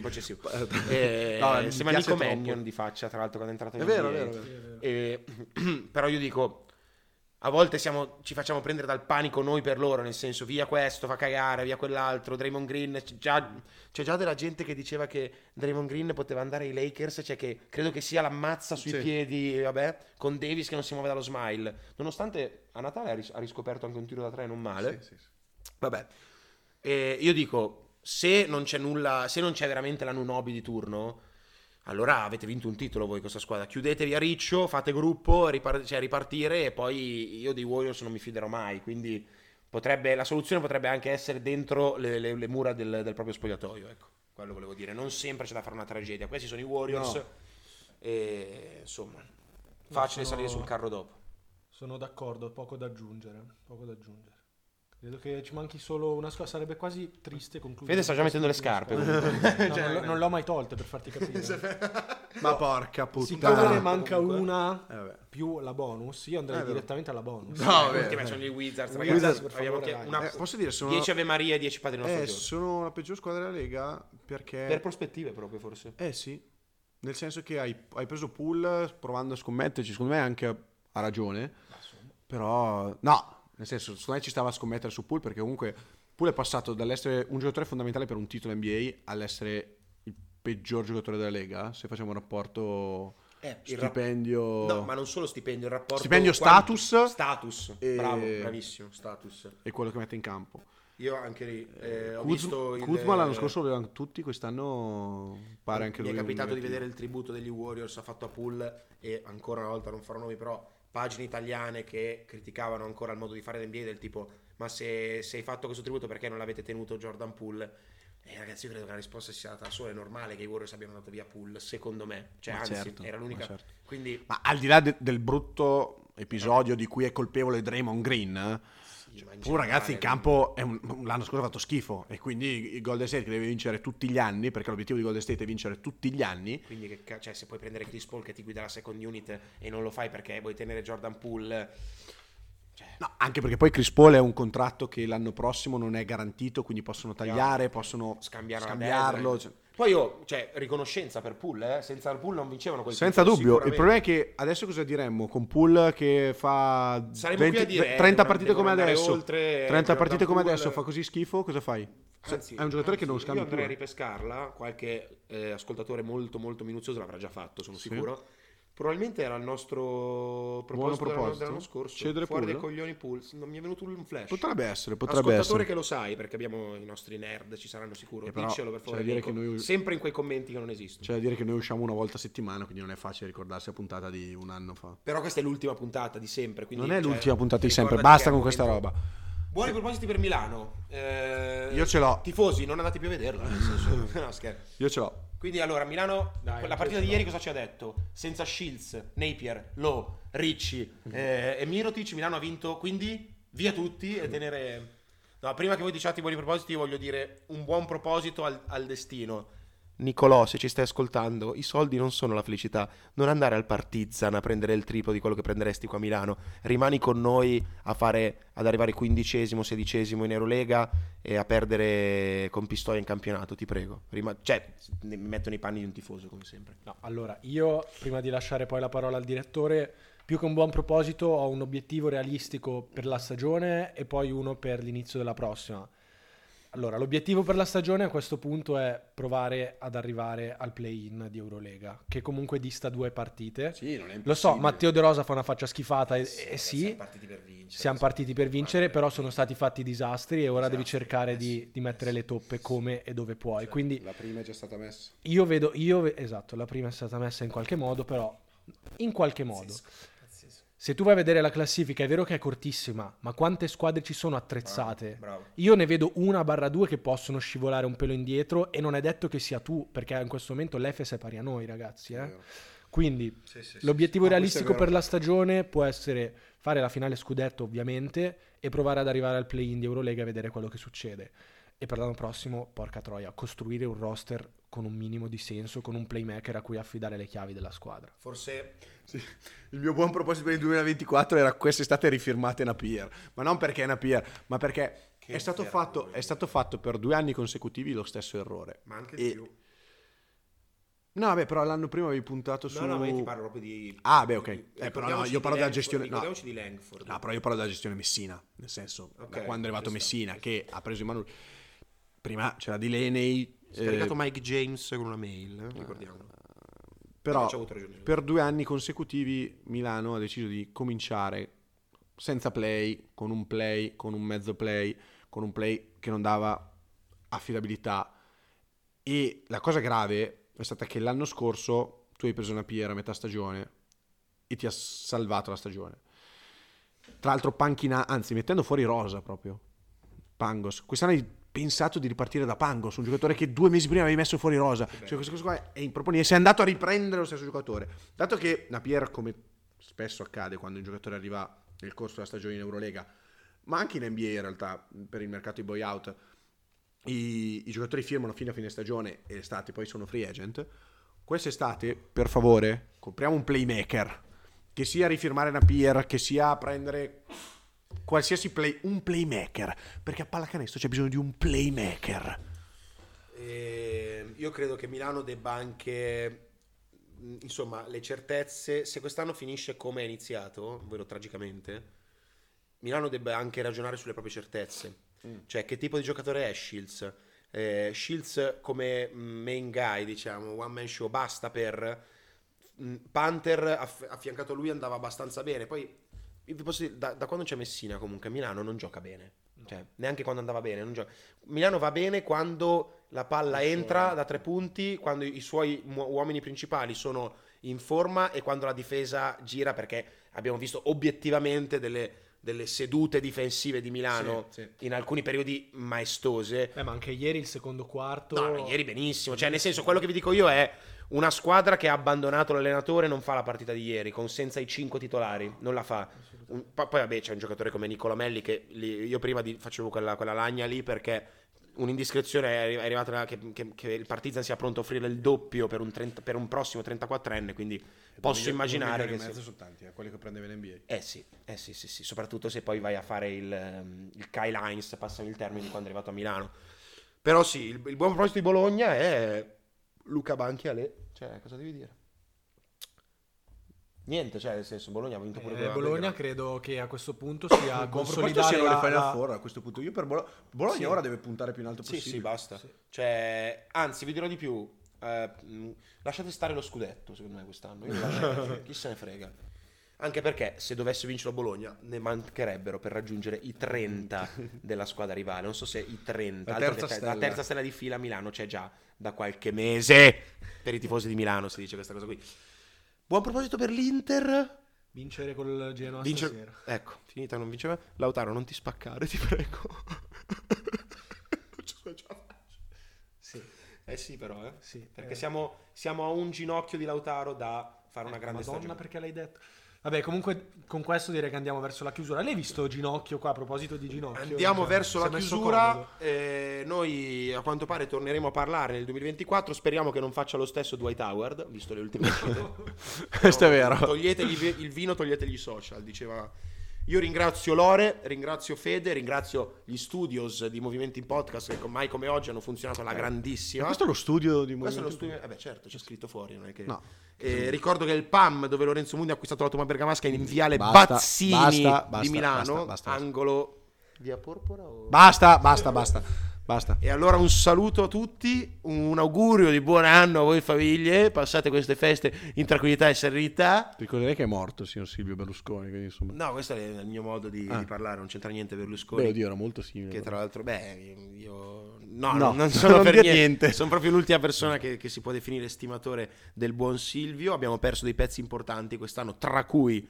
Sembra Nico Mannion di faccia, tra l'altro, quando è entrato in vero. però io dico, a volte ci facciamo prendere dal panico noi per loro, nel senso, via questo, fa cagare, via quell'altro, Draymond Green, c'è già della gente che diceva che Draymond Green poteva andare ai Lakers, cioè che credo che sia l'ammazza sui piedi, vabbè, con Davis che non si muove dallo smile, nonostante a Natale ha riscoperto anche un tiro da tre non male. Sì. Vabbè, io dico, se non c'è nulla, se non c'è veramente la Nunobi di turno, allora avete vinto un titolo voi questa squadra, chiudetevi a riccio, fate gruppo, ripartire, e poi io dei Warriors non mi fiderò mai, quindi la soluzione potrebbe anche essere dentro le mura del proprio spogliatoio, ecco, quello volevo dire, non sempre c'è da fare una tragedia, questi sono i Warriors, e insomma, facile salire sul carro dopo. Sono d'accordo, poco da aggiungere. Credo che ci manchi solo una squadra, sarebbe quasi triste concludere. Fede sta già mettendo le scarpe. Non l'ho mai tolte, per farti capire. Ma porca Siccome puttana. ne manca una più la bonus, io andrei direttamente alla bonus. No, Ultime sono gli Wizards, ragazzi. Posso dire, sono 10 Ave Maria e 10 Padri Nostro. sono la peggior squadra della Lega perché... Per prospettive proprio, forse. Sì, nel senso che hai preso Poole provando a scommetterci, secondo me anche ha ragione, però no, nel senso, secondo me ci stava a scommettere su Poole, perché comunque Poole è passato dall'essere un giocatore fondamentale per un titolo NBA all'essere il peggior giocatore della Lega, se facciamo un rapporto stipendio... No, ma non solo stipendio, il rapporto... Stipendio status. Bravo, bravissimo, status. E quello che mette in campo. Io anche lì ho visto Kuzma l'anno scorso lo avevano tutti, quest'anno pare anche lui. Mi è capitato di vedere il tributo degli Warriors, ha fatto a Poole, e ancora una volta non farò nomi, però pagine italiane che criticavano ancora il modo di fare l'NBA, del tipo, ma se hai fatto questo tributo perché non l'avete tenuto Jordan Poole? Ragazzi, io credo che la risposta sia stata sola, è normale che i Warriors abbiano dato via Poole, secondo me, cioè anzi era l'unica, quindi... Ma al di là del brutto episodio di cui è colpevole Draymond Green, ragazzi, in campo l'anno scorso ha fatto schifo, e quindi il Golden State che deve vincere tutti gli anni, perché l'obiettivo di Golden State è vincere tutti gli anni, quindi cioè, se puoi prendere Chris Paul che ti guida la second unit e non lo fai perché vuoi tenere Jordan Poole, no, anche perché poi Chris Paul è un contratto che l'anno prossimo non è garantito, quindi possono tagliare, possono scambiarlo, Poi cioè, riconoscenza per Pool, senza il Pool non vincevano quel Senza titolo, dubbio, il sicuramente. problema è che adesso cosa diremmo? Con Pool che fa Saremmo qui a dire, 30 devono- partite come devono andare adesso, oltre 30 Jordan partite come Poole. adesso, fa così schifo, cosa fai? Anzi, È un giocatore che non io scambi andrei a più. ripescarla, qualche ascoltatore molto molto minuzioso l'avrà già fatto, sono sicuro. Probabilmente era il nostro proposito dell'anno scorso. Cedere Fuori Poole? dai coglioni Pulse. Non mi è venuto un flash. Potrebbe essere. Ascoltatore che lo sai, perché abbiamo i nostri nerd, ci saranno sicuro. Però Diccelo per c'è favore. da dire Nico. che noi- Sempre in quei commenti che non esistono. C'è da dire che noi usciamo una volta a settimana, quindi non è facile ricordarsi la puntata di un anno fa. Però questa è l'ultima puntata di sempre. Quindi, Non è l'ultima puntata di sempre, ricordati basta che è con il questa momento- roba. Buoni propositi per Milano. Io ce l'ho. Tifosi, non andate più a vederla. Nel senso, no, scherzo. Io ce l'ho. Quindi allora Milano, Dai, la partita di ieri cosa ci ha detto? Senza Shields, Napier, Lowe, Ricci e Mirotic, Milano ha vinto, quindi via tutti e tenere... No, prima che voi diciate i buoni propositi io voglio dire un buon proposito al destino. Nicolò, se ci stai ascoltando, i soldi non sono la felicità. Non andare al Partizan a prendere il triplo di quello che prenderesti qua a Milano. Rimani con noi ad arrivare 15esimo, 16esimo in Eurolega e a perdere con Pistoia in campionato, ti prego. Cioè, mi metto nei panni di un tifoso, come sempre. No, allora, io prima di lasciare poi la parola al direttore, più che un buon proposito, ho un obiettivo realistico per la stagione e poi uno per l'inizio della prossima. Allora, l'obiettivo per la stagione a questo punto è provare ad arrivare al play-in di Eurolega, che comunque dista 2 partite. Sì, non è Lo so, Matteo De Rosa fa una faccia schifata e sì, Siamo partiti per vincere. siamo partiti per vincere, però sono stati fatti disastri e ora devi cercare di mettere le toppe come e dove puoi. Quindi La prima è già stata messa. esatto, la prima è stata messa in qualche modo, però in qualche modo. Se tu vai a vedere la classifica, è vero che è cortissima, ma quante squadre ci sono attrezzate? Bravo. Io ne vedo 1/2 che possono scivolare un pelo indietro e non è detto che sia tu, perché in questo momento l'Efes è pari a noi, ragazzi. Quindi l'obiettivo realistico per la stagione può essere fare la finale scudetto, ovviamente, e provare ad arrivare al play-in di Eurolega e vedere quello che succede. E per l'anno prossimo, porca troia, costruire un roster con un minimo di senso, con un playmaker a cui affidare le chiavi della squadra. Forse Sì. Il mio buon proposito per il 2024 era quest'estate rifirmate Napier, ma non perché è Napier, ma perché è stato fatto per 2 anni consecutivi lo stesso errore. ma anche di più. No, vabbè, però l'anno prima avevi puntato su... No, ma io ti parlo proprio di... Ah, beh, ok. Però no, io parlo della gestione... No. Ricordiamoci di Langford. No, però io parlo della gestione Messina, nel senso, da Ok, quando è arrivato ci sta, Messina, ci che ha preso in mano... Prima c'era Delaney... Scaricato Mike James con una mail, ricordiamo. Però C'ha avuto ragione. per 2 anni consecutivi Milano ha deciso di cominciare senza play, con un mezzo play, con un play che non dava affidabilità. E la cosa grave è stata che l'anno scorso tu hai preso una Piera a metà stagione e ti ha salvato la stagione. Tra l'altro anzi mettendo fuori Rosa proprio, Pangos. Quest'anno hai pensato di ripartire da Pangos, un giocatore che 2 mesi prima avevi messo fuori Rosa. Cioè questa cosa qua è improponibile. Sei andato a riprendere lo stesso giocatore. Dato che Napier, come spesso accade quando un giocatore arriva nel corso della stagione in Eurolega, ma anche in NBA in realtà, per il mercato di buyout, i giocatori firmano fino a fine stagione e l'estate poi sono free agent. Quest'estate, per favore, compriamo un playmaker, che sia rifirmare Napier, che sia prendere qualsiasi un playmaker, perché a pallacanestro c'è bisogno di un playmaker. Io credo che Milano debba anche, insomma, le certezze. Se quest'anno finisce come è iniziato, ovvero tragicamente, Milano debba anche ragionare sulle proprie certezze. Cioè, che tipo di giocatore è Shields? Shields come main guy, diciamo, one man show, basta per... Panther affiancato a lui andava abbastanza bene. Poi io vi posso dire, da quando c'è Messina comunque Milano non gioca bene, cioè, neanche quando andava bene non gioca. Milano va bene quando la palla entra da 3 punti, quando i suoi uomini principali sono in forma e quando la difesa gira, perché abbiamo visto obiettivamente delle sedute difensive di Milano in alcuni periodi maestose. Ma anche ieri il secondo quarto... No, ieri benissimo. Cioè, nel senso, quello che vi dico io è una squadra che ha abbandonato l'allenatore non fa la partita di ieri, senza i 5 titolari, non la fa. Poi vabbè, c'è un giocatore come Nicola Melli che io prima facevo quella lagna lì perché un'indiscrezione è arrivata che il Partizan sia pronto a offrire il doppio per un prossimo 34enne, quindi posso immaginare che sono tanti, quelli che prendeva in NBA. sì, soprattutto se poi vai a fare il Kyle Hines, passami il termine, di quando è arrivato a Milano. Però sì, il buon proposito di Bologna è Luca Banchi Ale, cioè cosa devi dire? Niente, cioè nel senso Bologna ha vinto pure con la Bologna Belgrado. credo che a questo punto sia A proposito consolidare siano le Final la... Four a questo punto. Io per Bologna Sì. ora deve puntare più in alto Sì, possibile. sì, basta. Cioè, anzi, vi dirò di più. Lasciate stare lo scudetto, secondo me, quest'anno. Io lo lascio, chi se ne frega. Anche perché se dovesse vincere la Bologna ne mancherebbero per raggiungere i 30 della squadra rivale. Non so se i 30. La altro terza che stella. la terza stella di fila a Milano c'è già da qualche mese. Per i tifosi di Milano si dice questa cosa qui. Buon proposito per l'Inter. Vincere col Genoa Vince... stasera. Ecco, finita non vinceva. Lautaro, non ti spaccare, ti prego. Sì. Eh sì, però, Sì, perché siamo a un ginocchio di Lautaro da fare una grande Madonna, stagione. perché l'hai detto? Vabbè, comunque con questo direi che andiamo verso la chiusura. L'hai visto Ginocchio qua a proposito di Ginocchio? Andiamo Cioè, verso si la è messo chiusura. comodo. Noi a quanto pare torneremo a parlare nel 2024. Speriamo che non faccia lo stesso Dwight Howard, visto le ultime uscite. Questo è vero. Toglietegli il vino, toglietegli i social, diceva. Io ringrazio Lore, ringrazio Fede, ringrazio gli studios di Movimenti in Podcast che mai come oggi hanno funzionato alla grandissima. Questo è lo studio di Questo è lo Movimento. studio. Certo, c'è scritto fuori, non è che. No. Ricordo che il PAM, dove Lorenzo Mundi ha acquistato la Toma Bergamasca in viale Basta, Bazzini basta, di Milano, basta. angolo via Porpora o... Basta. E allora un saluto a tutti, un augurio di buon anno a voi famiglie, passate queste feste in tranquillità e serenità. Ricorderei che è morto il signor Silvio Berlusconi, quindi insomma. No, questo è il mio modo di parlare, non c'entra niente Berlusconi. Beh, oddio, era molto simile. Che però. tra l'altro, io no, No, non sono non per dire niente. niente. Sono proprio l'ultima persona che si può definire estimatore del buon Silvio. Abbiamo perso dei pezzi importanti quest'anno, tra cui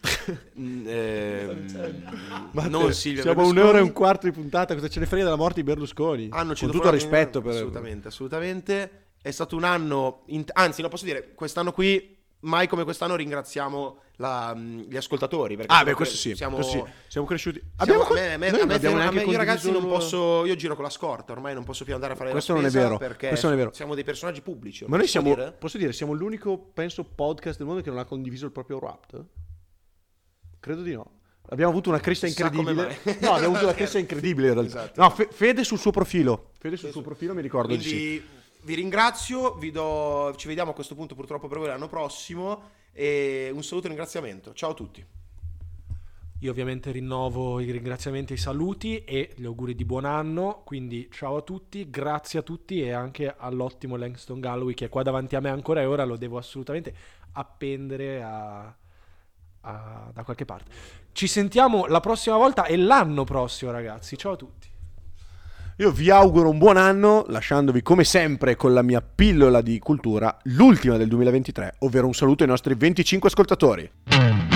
non Silvio Siamo a Berlusconi. un'ora e un quarto di puntata, cosa ce ne frega della morte di Berlusconi? Con tutto il rispetto per... Assolutamente. È stato un anno, anzi, lo posso dire, quest'anno qui mai come quest'anno ringraziamo gli ascoltatori. Perché questo sì. Siamo, questo sì. Siamo cresciuti. io ragazzi non posso. Io giro con la scorta, ormai non posso più andare a fare Questo la non è spesa vero. perché Questo non è vero. siamo dei personaggi pubblici. Ma noi si può siamo, dire? posso dire, siamo l'unico, penso, podcast del mondo che non ha condiviso il proprio Wrapped? Credo di no. Abbiamo avuto una crescita Chissà come incredibile. mai. No, abbiamo avuto una crescita incredibile in realtà. Esatto. No, Fede sul suo profilo. Fede sul suo profilo mi ricordo di sì. Quindi vi ringrazio, ci vediamo a questo punto purtroppo per voi l'anno prossimo e un saluto e un ringraziamento. Ciao a tutti. Io ovviamente rinnovo i ringraziamenti e i saluti e gli auguri di buon anno, quindi ciao a tutti, grazie a tutti e anche all'ottimo Langston Galloway che è qua davanti a me ancora e ora lo devo assolutamente appendere da qualche parte. Ci sentiamo la prossima volta e l'anno prossimo, ragazzi. Ciao a tutti. Io vi auguro un buon anno, lasciandovi come sempre con la mia pillola di cultura, l'ultima del 2023, ovvero un saluto ai nostri 25 ascoltatori.